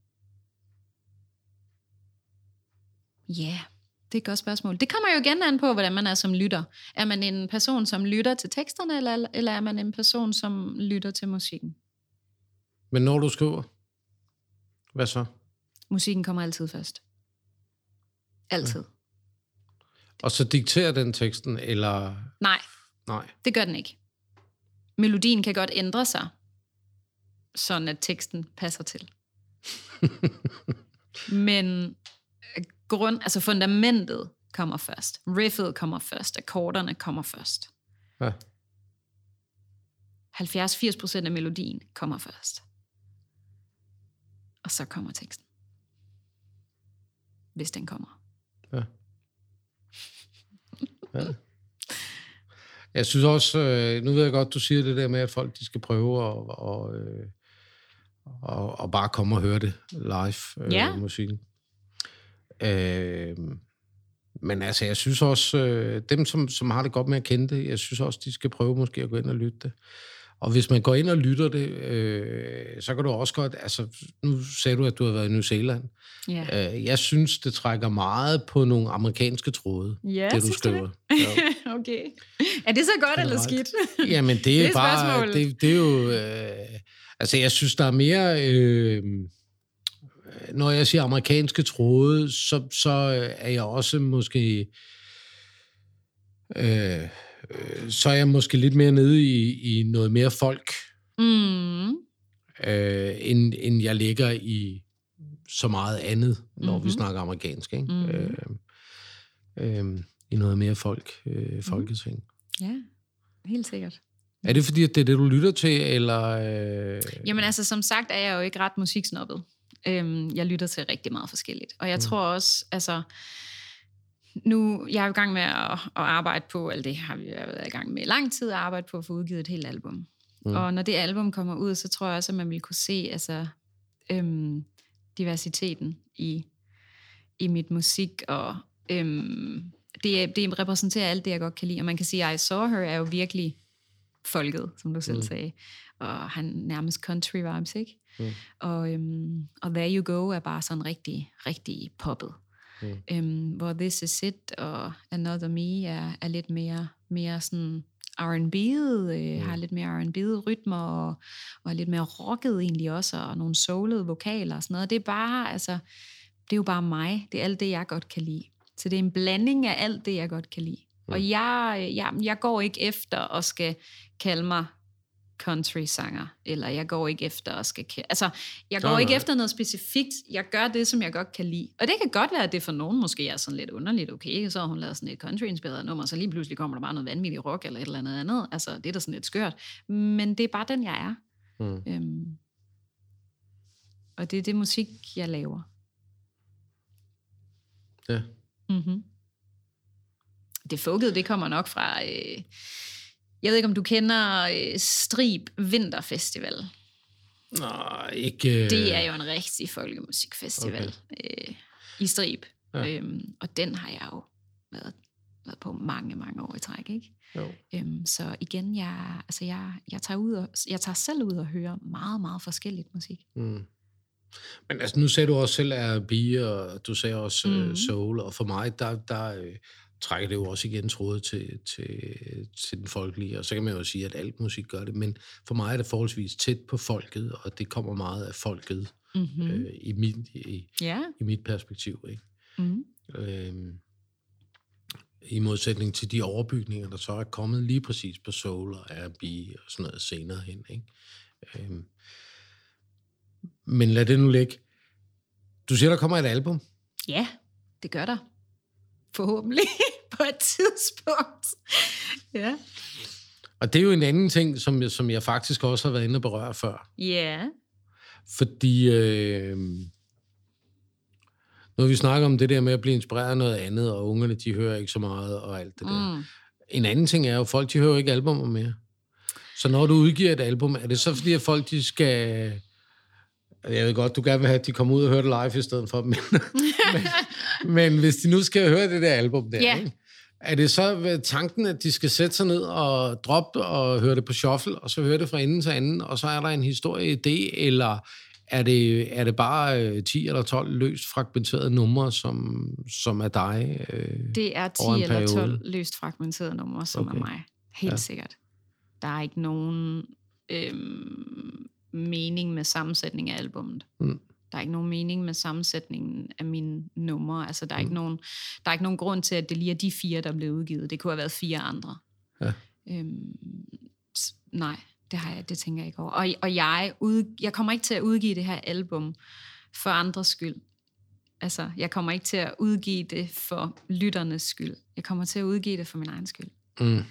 Ja, det er et godt spørgsmål. Det kommer jo igen an på, hvordan man er som lytter. Er man en person, som lytter til teksterne, eller, eller er man en person, som lytter til musikken? Men når du skriver, hvad så? Musikken kommer altid først. Altid. Ja. Og så dikterer den teksten, eller... Nej, Nej, det gør den ikke. Melodien kan godt ændre sig, sådan at teksten passer til. Men grund, altså fundamentet kommer først. Riffet kommer først. Akkorderne kommer først. Ja. halvfjerds til firs procent af melodien kommer først. Og så kommer teksten. Hvis den kommer. Ja. Ja. Jeg synes også, øh, nu ved jeg godt, du siger det der med, at folk de skal prøve at og, øh, og, og bare komme og høre det live, øh, ja. musikken. Øh, men altså, jeg synes også, øh, dem som, som har det godt med at kende det, jeg synes også, de skal prøve måske at gå ind og lytte det. Og hvis man går ind og lytter det, øh, så kan du også godt... Altså, nu sagde du, at du har været i New Zealand. Ja. Øh, jeg synes, det trækker meget på nogle amerikanske tråde, ja, det du skriver. Det? Ja. Okay. Er det så godt eller skidt? Jamen, det er, det er bare... Det, det er jo... Øh, altså, jeg synes, der er mere... Øh, når jeg siger amerikanske tråde, så, så er jeg også måske... Øh, så er jeg måske lidt mere nede i, i noget mere folk, mm. øh, end, end jeg ligger i så meget andet, når mm-hmm. vi snakker amerikansk. Ikke? Mm. Øh, øh, I noget mere folk, øh, folketing. Mm. Ja, helt sikkert. Er det fordi, at det er det, du lytter til, eller... Øh... Jamen altså, som sagt er jeg jo ikke ret musiksnobbet. Øhm, jeg lytter til rigtig meget forskelligt. Og jeg mm. tror også, altså... Nu, jeg er i gang med at, at arbejde på, eller det har vi været i gang med i lang tid, at arbejde på at få udgivet et helt album. Mm. Og når det album kommer ud, så tror jeg også, at man vil kunne se altså, øhm, diversiteten i, i mit musik, og øhm, det, det repræsenterer alt det, jeg godt kan lide. Og man kan sige, at I Saw Her er jo virkelig folket, som du selv mm. sagde. Og han nærmest country vibes, ikke? Mm. Og, øhm, og There You Go er bare sådan rigtig, rigtig poppet. Mm. Øhm, hvor This Is It og Another Me er, er lidt mere, mere sådan R and B'et, øh, mm. har lidt mere R and B'et rytmer, og, og lidt mere rocket egentlig også, og nogle soulede vokaler og sådan noget. Det er bare, altså, det er jo bare mig. Det er alt det, jeg godt kan lide. Så det er en blanding af alt det, jeg godt kan lide. Mm. Og jeg, jeg, jeg går ikke efter at skal kalde mig country-sanger, eller jeg går ikke efter at skal... Altså, jeg går nej, ikke nej. efter noget specifikt. Jeg gør det, som jeg godt kan lide. Og det kan godt være, at det for nogen måske er sådan lidt underligt. Okay, så har hun lavet sådan et country-inspireret nummer, så lige pludselig kommer der bare noget vanvittigt rock, eller et eller andet andet. Altså, det er da sådan lidt skørt. Men det er bare den, jeg er. Mm. Øhm, og det er det musik, jeg laver. Ja. Mm-hmm. Det folket, det kommer nok fra... Øh, jeg ved ikke, om du kender øh, Strib Vinterfestival. Nej, ikke... Øh... Det er jo en rigtig folkemusikfestival okay. øh, i Strib. Ja. Øhm, og den har jeg jo været, været på mange, mange år i træk, ikke? Jo. Øhm, så igen, jeg, altså jeg, jeg, tager ud og, jeg tager selv ud og hører meget, meget forskelligt musik. Mm. Men altså, nu sagde du også selv R and B, og du sagde også mm. uh, soul, og for mig, der... der uh, trækker det jo også igen trådet til, til, til den folkelige, og så kan man jo sige, at alt musik gør det, men for mig er det forholdsvis tæt på folket, og det kommer meget af folket mm-hmm. øh, i, mit, i, yeah. i mit perspektiv. Ikke? Mm. Øhm, I modsætning til de overbygninger, der så er kommet lige præcis på soul og R and B og sådan noget senere hen. Ikke? Øhm, men lad det nu ligge. Du siger, der kommer et album? Ja, det gør der. Forhåbentlig på et tidspunkt. Ja. Og det er jo en anden ting, som jeg, som jeg faktisk også har været inde og berøre før. Ja. Yeah. Fordi øh, når vi snakker om det der med at blive inspireret af noget andet, og ungerne, de hører ikke så meget og alt det der. Mm. En anden ting er jo, at folk, de hører ikke albumer mere. Så når du udgiver et album, er det så fordi, at folk, de skal... Jeg ved godt, du gerne vil have, at de kommer ud og hører det live i stedet for, men, men, men hvis de nu skal høre det der album der, yeah. ikke? Er det så tanken, at de skal sætte sig ned og droppe og høre det på shuffle, og så høre det fra ende til anden, og så er der en historie i det, eller er det, er det bare ti eller tolv løst fragmenterede numre, som, som er dig? Øh, det er ti eller tolv løst fragmenterede numre, som okay. er mig. Helt ja. sikkert. Der er ikke nogen... Øhm, mening med sammensætning af albummet. Mm. Der er ikke nogen mening med sammensætningen af mine numre. Altså, der er, mm. ikke nogen, der er ikke nogen grund til, at det lige er de fire, der blev udgivet. Det kunne have været fire andre. Ja. Øhm, nej, det, har jeg, det tænker jeg ikke over. Og, og jeg, ud, jeg kommer ikke til at udgive det her album for andres skyld. Altså, jeg kommer ikke til at udgive det for lytternes skyld. Jeg kommer til at udgive det for min egen skyld. Mm.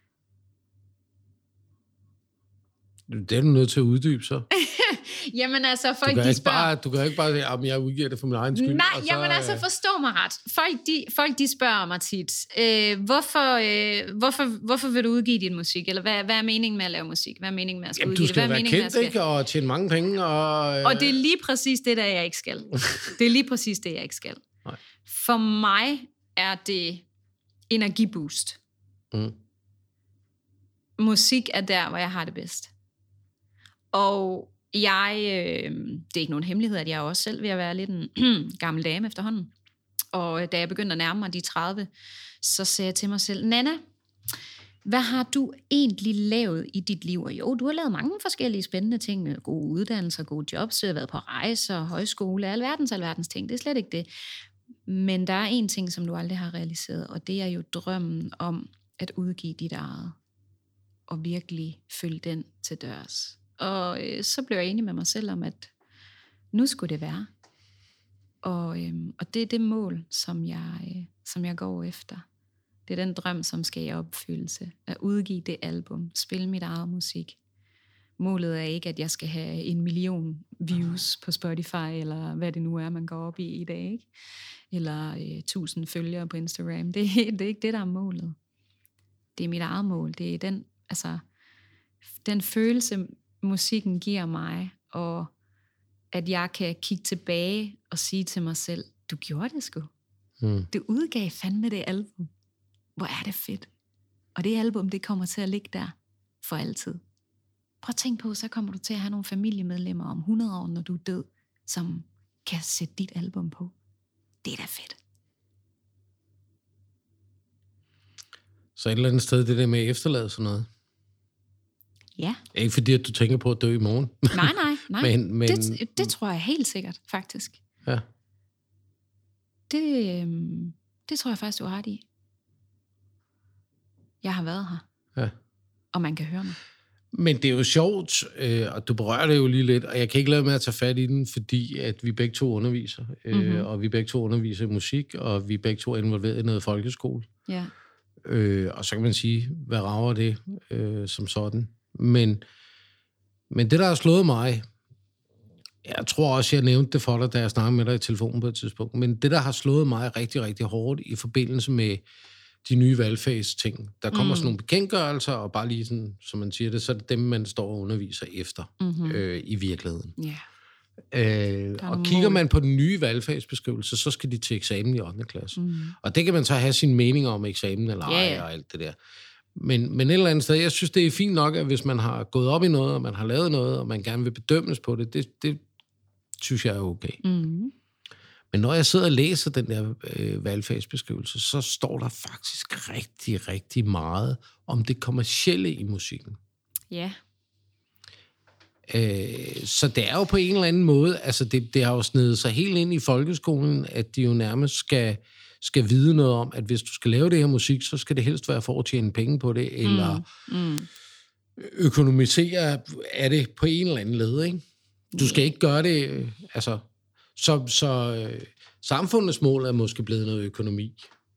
Det er du nødt til at uddybe, så. Jamen altså, folk de spørger... Bare, du kan ikke bare sige, at jeg udgiver det for min egen skyld. Nej, og så, jamen altså, forstå mig ret. Folk de, folk, de spørger mig tit, øh, hvorfor, øh, hvorfor, hvorfor vil du udgive din musik? Eller hvad, hvad er meningen med at lave musik? Hvad er meningen med at skal udgive det? Jamen, du skal være kendt, ikke? Og tjene mange penge. Og, øh... og det er lige præcis det, der jeg ikke skal. Det er lige præcis det, jeg ikke skal. Nej. For mig er det energiboost. Mm. Musik er der, hvor jeg har det bedst. Og jeg, øh, det er ikke nogen hemmelighed, at jeg også selv ved at være lidt en gammel dame efterhånden. Og da jeg begyndte at nærme mig de tredive, så sagde jeg til mig selv, Nanna, hvad har du egentlig lavet i dit liv? Og jo, du har lavet mange forskellige spændende ting, gode uddannelser, gode jobs, du har været på rejser, højskole, alverdens, alverdens ting, det er slet ikke det. Men der er en ting, som du aldrig har realiseret, og det er jo drømmen om at udgive dit eget, og virkelig følge den til dørs. Og øh, så blev jeg enig med mig selv om, at nu skulle det være. Og, øh, og det er det mål, som jeg, øh, som jeg går efter. Det er den drøm, som skal i opfyldelse. At udgive det album, spille mit eget musik. Målet er ikke, at jeg skal have en million views på Spotify, eller hvad det nu er, man går op i i dag, ikke? Eller øh, tusind følgere på Instagram. Det, det er ikke det, der er målet. Det er mit eget mål. Det er den, altså, den følelse, musikken giver mig, og at jeg kan kigge tilbage og sige til mig selv, du gjorde det sgu. Mm. Du udgav fandme det album. Hvor er det fedt. Og det album, det kommer til at ligge der for altid. Prøv at tænke på, så kommer du til at have nogle familiemedlemmer om hundrede år, når du er død, som kan sætte dit album på. Det er da fedt. Så et eller andet sted, det der med at efterlade sådan noget. Ja. Ikke fordi, at du tænker på at dø i morgen. Nej, nej, nej. men, men, det, det tror jeg helt sikkert, faktisk. Ja. Det, øhm, det tror jeg faktisk, du har ret i. Jeg har været her. Ja. Og man kan høre mig. Men det er jo sjovt, øh, og du berører det jo lige lidt, og jeg kan ikke lade med at tage fat i den, fordi at vi begge to underviser, øh, mm-hmm. og vi begge to underviser i musik, og vi begge to er involveret i noget folkeskole. Ja. Øh, og så kan man sige, hvad rager det øh, som sådan. Men, men det, der har slået mig, jeg tror også, jeg nævnte det for dig, da jeg snakkede med dig i telefonen på et tidspunkt, men det, der har slået mig rigtig, rigtig hårdt i forbindelse med de nye valgfagsting. Der kommer mm. sådan nogle bekendtgørelser, og bare lige sådan, som man siger det, så er det dem, man står og underviser efter mm-hmm. øh, i virkeligheden. Yeah. Øh, og kigger man på den nye valgfagsbeskrivelse, så skal de til eksamen i ottende klasse. Mm. Og det kan man så have sin mening om eksamen eller ej, yeah. og alt det der. Men, men et eller andet sted, jeg synes, det er fint nok, at hvis man har gået op i noget, og man har lavet noget, og man gerne vil bedømmes på det, det, det synes jeg er okay. Mm. Men når jeg sidder og læser den der øh, valgfagsbeskrivelse, så står der faktisk rigtig, rigtig meget om det kommercielle i musikken. Ja. Øh, så det er jo på en eller anden måde, altså det, det har jo snedet sig helt ind i folkeskolen, at de jo nærmest skal, skal vide noget om, at hvis du skal lave det her musik, så skal det helst være for at tjene penge på det, eller mm. Mm. økonomisere af det på en eller anden led, ikke? Du skal ikke gøre det, øh, altså... Så, så øh, samfundets mål er måske blevet noget økonomi.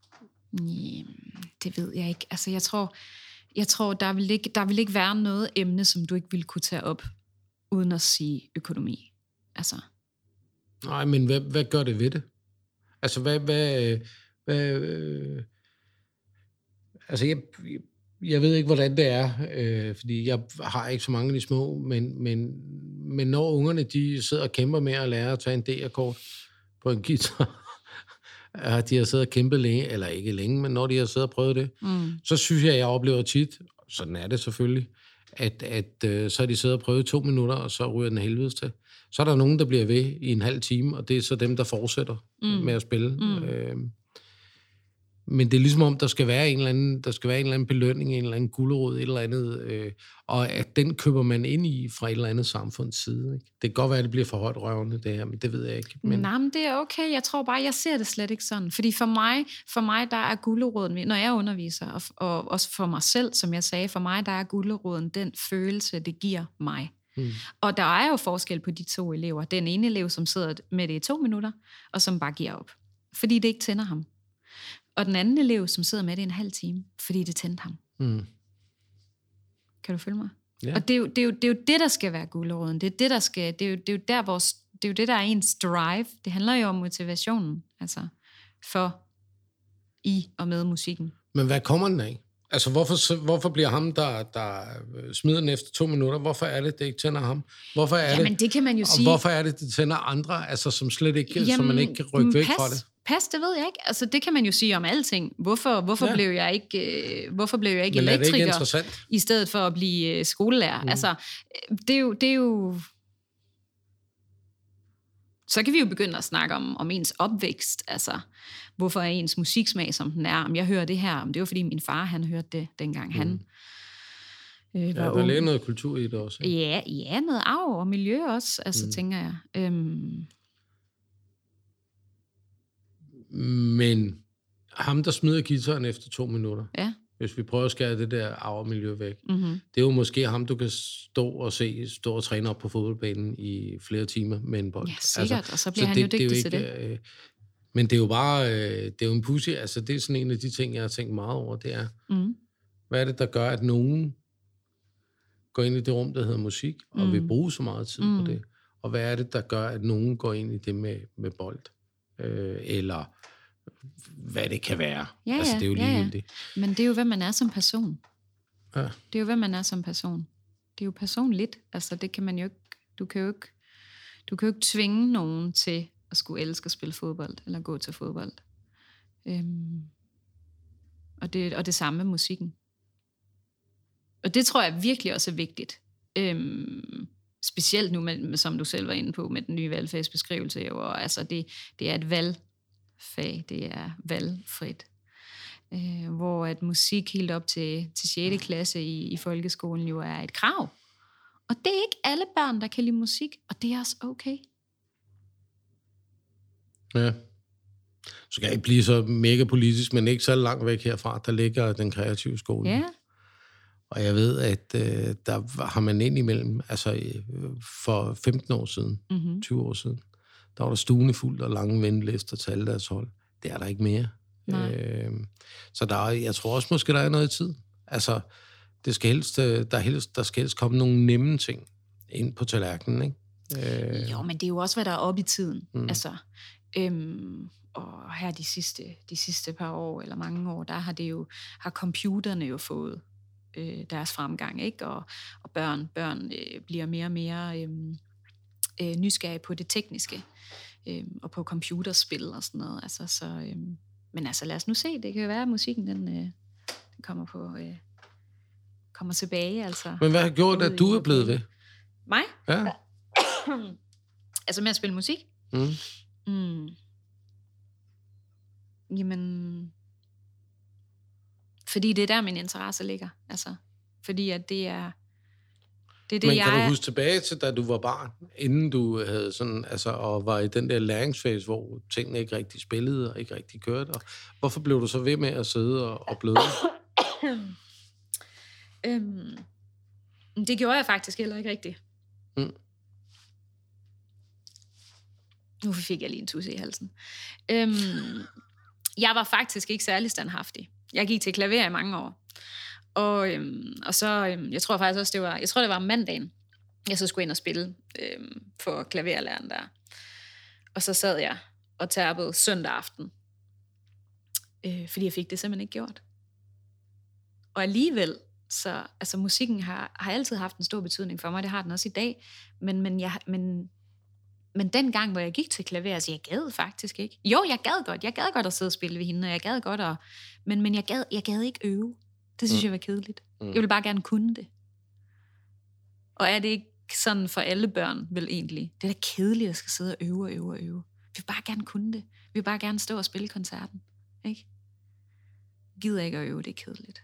Jamen, det ved jeg ikke. Altså, jeg tror, jeg tror der, vil ikke, der vil ikke være noget emne, som du ikke vil kunne tage op, uden at sige økonomi. Altså. Nej, men hvad, hvad gør det ved det? Altså, hvad... hvad, hvad øh, altså, jeg, jeg ved ikke, hvordan det er, øh, fordi jeg har ikke så mange af de små, men, men, men når ungerne de sidder og kæmper med at lære at tage en D-akkord på en guitar, og de har siddet og kæmpet længe, eller ikke længe, men når de har siddet og prøvet det, mm. så synes jeg, at jeg oplever tit, sådan er det selvfølgelig, at, at øh, så har de siddet og prøvet to minutter, og så ryger den helvedes til. Så er der nogen, der bliver ved i en halv time, og det er så dem, der fortsætter mm. med at spille. Mm. Øh, Men det er ligesom om, der skal være en eller anden, der skal være en eller anden belønning, en eller anden gulerod, et eller andet, øh, og at den køber man ind i fra et eller andet samfunds side. Ikke? Det kan godt være, at det bliver for højt røvende, det her, men det ved jeg ikke. Men... Nej, men det er okay. Jeg tror bare, jeg ser det slet ikke sådan. Fordi for mig, for mig der er guleroden, når jeg underviser, og, og også for mig selv, som jeg sagde, for mig der er guleroden den følelse, det giver mig. Hmm. Og der er jo forskel på de to elever. Den ene elev, som sidder med det i to minutter, og som bare giver op. Fordi det ikke tænder ham. Og den anden elev, som sidder med det en halv time, fordi det tændte ham. Mm. Kan du følge mig? Ja. Og det er, jo, det, er jo, det er jo det, der skal være guleroden. Det er det, der skal, det er jo, det er jo der, vores, det er jo det, der er ens drive. Det handler jo om motivationen, altså for i og med musikken. Men hvad kommer den af? Altså, hvorfor, hvorfor bliver ham, der, der smider den efter to minutter, hvorfor er det, det ikke tænder ham? Hvorfor er Jamen, det, det kan man jo og sige. hvorfor er det, det tænder andre, altså, som slet ikke, Jamen, som man ikke kan rykke væk pas, fra det? Pas, det ved jeg ikke. Altså, det kan man jo sige om alting. Hvorfor, hvorfor, ja. blev, jeg ikke, øh, hvorfor blev jeg ikke Men elektriker, ikke i stedet for at blive øh, skolelærer? Mm. Altså, det er, jo, det er jo... Så kan vi jo begynde at snakke om, om ens opvækst. Altså, hvorfor er ens musiksmag, som den er? Om jeg hører det her, om det var, fordi min far, han hørte det, dengang mm. han øh, var ja, der ligger noget kultur i det også. Ikke? Ja, ja, noget arv og miljø også, altså, mm. tænker jeg. Øhm... Men ham, der smider guitaren efter to minutter, ja. hvis vi prøver at skære det der arv og miljø væk, mm-hmm. det er jo måske ham, du kan stå og se, stå og træne op på fodboldbanen i flere timer med en bold. Ja, sikkert, altså, og så bliver så han det, jo dygtig det er jo til ikke, det. Øh, men det er jo bare, øh, det er jo en pussy, altså det er sådan en af de ting, jeg har tænkt meget over, det er, mm. hvad er det, der gør, at nogen går ind i det rum, der hedder musik, og mm. vil bruge så meget tid mm. på det, og hvad er det, der gør, at nogen går ind i det med, med bold, øh, eller hvad det kan være. Ja, altså, det er jo ja, ligegyldigt. Ja. Men det er jo, hvad man er som person. Ja. Det er jo, hvad man er som person. Det er jo personligt. Altså, det kan man jo ikke... Du kan jo ikke, du kan jo ikke tvinge nogen til at skulle elske at spille fodbold, eller gå til fodbold. Øhm, og, det, og det samme med musikken. Og det tror jeg virkelig også er vigtigt. Øhm, specielt nu, med, med, som du selv var inde på, med den nye valgfagsbeskrivelse. Jo, og altså det, det er et valgfag, det er valgfrit. Øh, hvor at musik helt op til, til sjette klasse i, i folkeskolen jo er et krav. Og det er ikke alle børn, der kan lide musik, og det er også okay. Ja. Så kan jeg ikke blive så mega politisk, men ikke så langt væk herfra, der ligger den kreative skole. Ja. Og jeg ved, at øh, der har man ind imellem, altså øh, for femten år siden, mm-hmm. tyve år siden, der var der stuende fuldt og lange ventelister til alle deres hold. Det er der ikke mere. Øh, så der er, jeg tror også måske, der er noget i tid. Altså, det skal helst, der, helst, der skal helst komme nogle nemme ting ind på tallerkenen, ikke? Øh. Jo, men det er jo også, hvad der er oppe i tiden. Mm. Altså, øhm, og her de sidste, de sidste par år, eller mange år, der har det jo, har computerne jo fået øh, deres fremgang, ikke? Og, og børn, børn øh, bliver mere og mere øh, øh, nysgerrige på det tekniske, øh, og på computerspil og sådan noget. Altså, så, øh, men altså, lad os nu se. Det kan jo være, at musikken den, øh, den kommer på... Øh, kommer tilbage, altså. Men hvad har gjort, at du er blevet ved? Mig? Ja. Altså med at spille musik? Mm. Mm. Jamen... Fordi det er der, min interesse ligger. Altså, fordi at det er... Det er det, Men kan jeg... du huske tilbage til, da du var barn, inden du havde sådan, altså, og var i den der læringsfase, hvor tingene ikke rigtig spillede og ikke rigtig kørte? Og hvorfor blev du så ved med at sidde og, og bløde? Øhm, det gjorde jeg faktisk heller ikke rigtigt. Mm. Nu fik jeg lige en tusse i halsen. Øhm, jeg var faktisk ikke særlig standhaftig. Jeg gik til klaver i mange år. Og, øhm, og så, øhm, jeg tror faktisk også, det var, jeg tror det var mandagen, jeg så skulle ind og spille øhm, for klaverlæreren der. Og så sad jeg og tærpede søndag aften. Øh, fordi jeg fik det simpelthen ikke gjort. Og alligevel, så altså musikken har, har altid haft en stor betydning for mig, det har den også i dag, men, men, jeg, men, men den gang, hvor jeg gik til klaver, altså jeg gad faktisk ikke. Jo, jeg gad godt, jeg gad godt at sidde og spille ved hende, og jeg gad godt at, men, men jeg, gad, jeg gad ikke øve. Det synes mm. jeg var kedeligt. Mm. Jeg ville bare gerne kunne det. Og er det ikke sådan for alle børn, vel egentlig? Det er da kedeligt, at skal sidde og øve og øve og øve. Vi vil bare gerne kunne det. Vi vil bare gerne stå og spille koncerten, ikke? Jeg gider ikke at øve, det er kedeligt.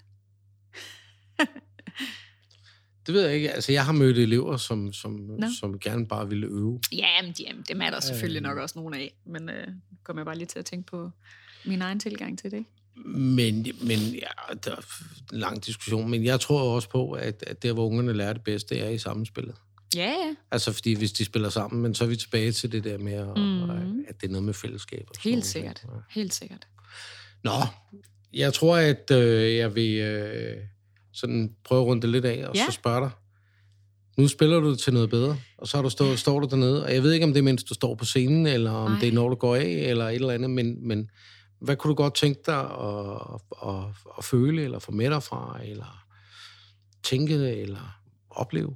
Det ved jeg ikke. Altså, jeg har mødt elever, som, som, no. som gerne bare ville øve. Jamen, jamen dem er der selvfølgelig øh... nok også nogle af. Men øh, kommer jeg bare lige til at tænke på min egen tilgang til det, ikke? Men, men ja, der er en lang diskussion. Men jeg tror også på, at, at der, hvor ungerne lærer det bedste, er i samspillet. Ja, ja. Altså, fordi hvis de spiller sammen, men så er vi tilbage til det der med, at, mm. at det er noget med fællesskab. Og Helt sikkert. Ja. Helt sikkert. Nå, jeg tror, at øh, jeg vil øh, sådan prøve at runde det lidt af, og ja. så spørge dig. Nu spiller du til noget bedre, og så har du stå, ja. står du dernede, og jeg ved ikke, om det er, mens du står på scenen, eller om Ej. det er, når du går af, eller et eller andet, men, men hvad kunne du godt tænke dig at, at, at, at føle, eller få med dig fra, eller tænke, eller opleve?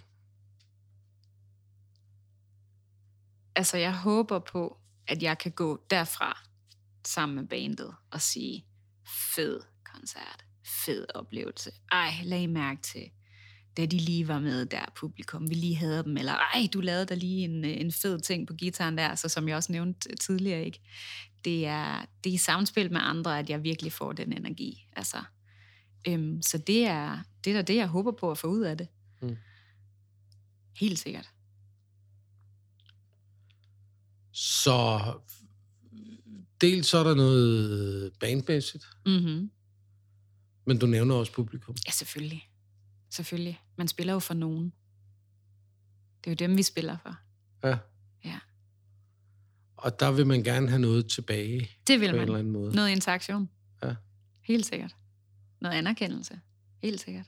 Altså, jeg håber på, at jeg kan gå derfra sammen med bandet og sige, fed koncert, fed oplevelse. Ej, lag I mærke til, da de lige var med der, publikum, vi lige havde dem, eller ej, du lavede der lige en, en fed ting på gitaren der, så som jeg også nævnte tidligere, ikke? Det er, det er i samspil med andre, at jeg virkelig får den energi. Altså, øhm, så det er, det er da det, jeg håber på at få ud af det. Mm. Helt sikkert. Så dels så er der noget bandmæssigt, mm-hmm. men du nævner også publikum. Ja, selvfølgelig. Selvfølgelig. Man spiller jo for nogen. Det er jo dem, vi spiller for. Ja. Ja. Og der vil man gerne have noget tilbage. Det vil på man. En eller anden måde. Noget interaktion. Ja. Helt sikkert. Noget anerkendelse. Helt sikkert.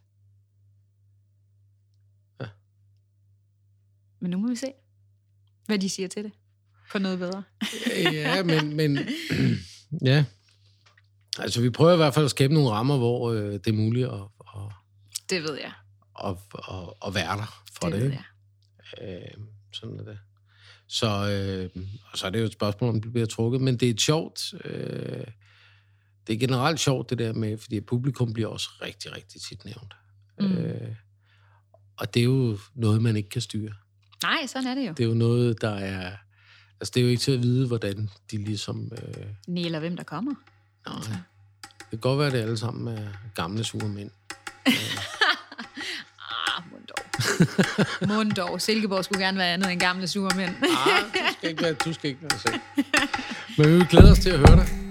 Ja. Men nu må vi se, hvad de siger til det. På noget bedre. Ja, men, men ja. Altså, vi prøver i hvert fald at skabe nogle rammer, hvor øh, det er muligt at, at, det ved jeg. At, at, at være der for det. Det ved jeg. Øh, sådan er det. Så, øh, og så er det jo et spørgsmål, om det bliver trukket, men det er et sjovt... Øh, det er generelt sjovt, det der med, fordi publikum bliver også rigtig, rigtig tit nævnt. Mm. Øh, og det er jo noget, man ikke kan styre. Nej, sådan er det jo. Det er jo noget, der er... Altså, det er jo ikke til at vide, hvordan de ligesom... Øh... Nej, eller hvem der kommer. Nej. Altså. Det kan godt være, at det alle sammen er gamle sure mænd. ah, mund dog. Mund dog. Silkeborg skulle gerne være andet end gamle sure mænd. ah, du skal ikke være, du skal ikke være selv. Men vi vil glæde os til at høre dig.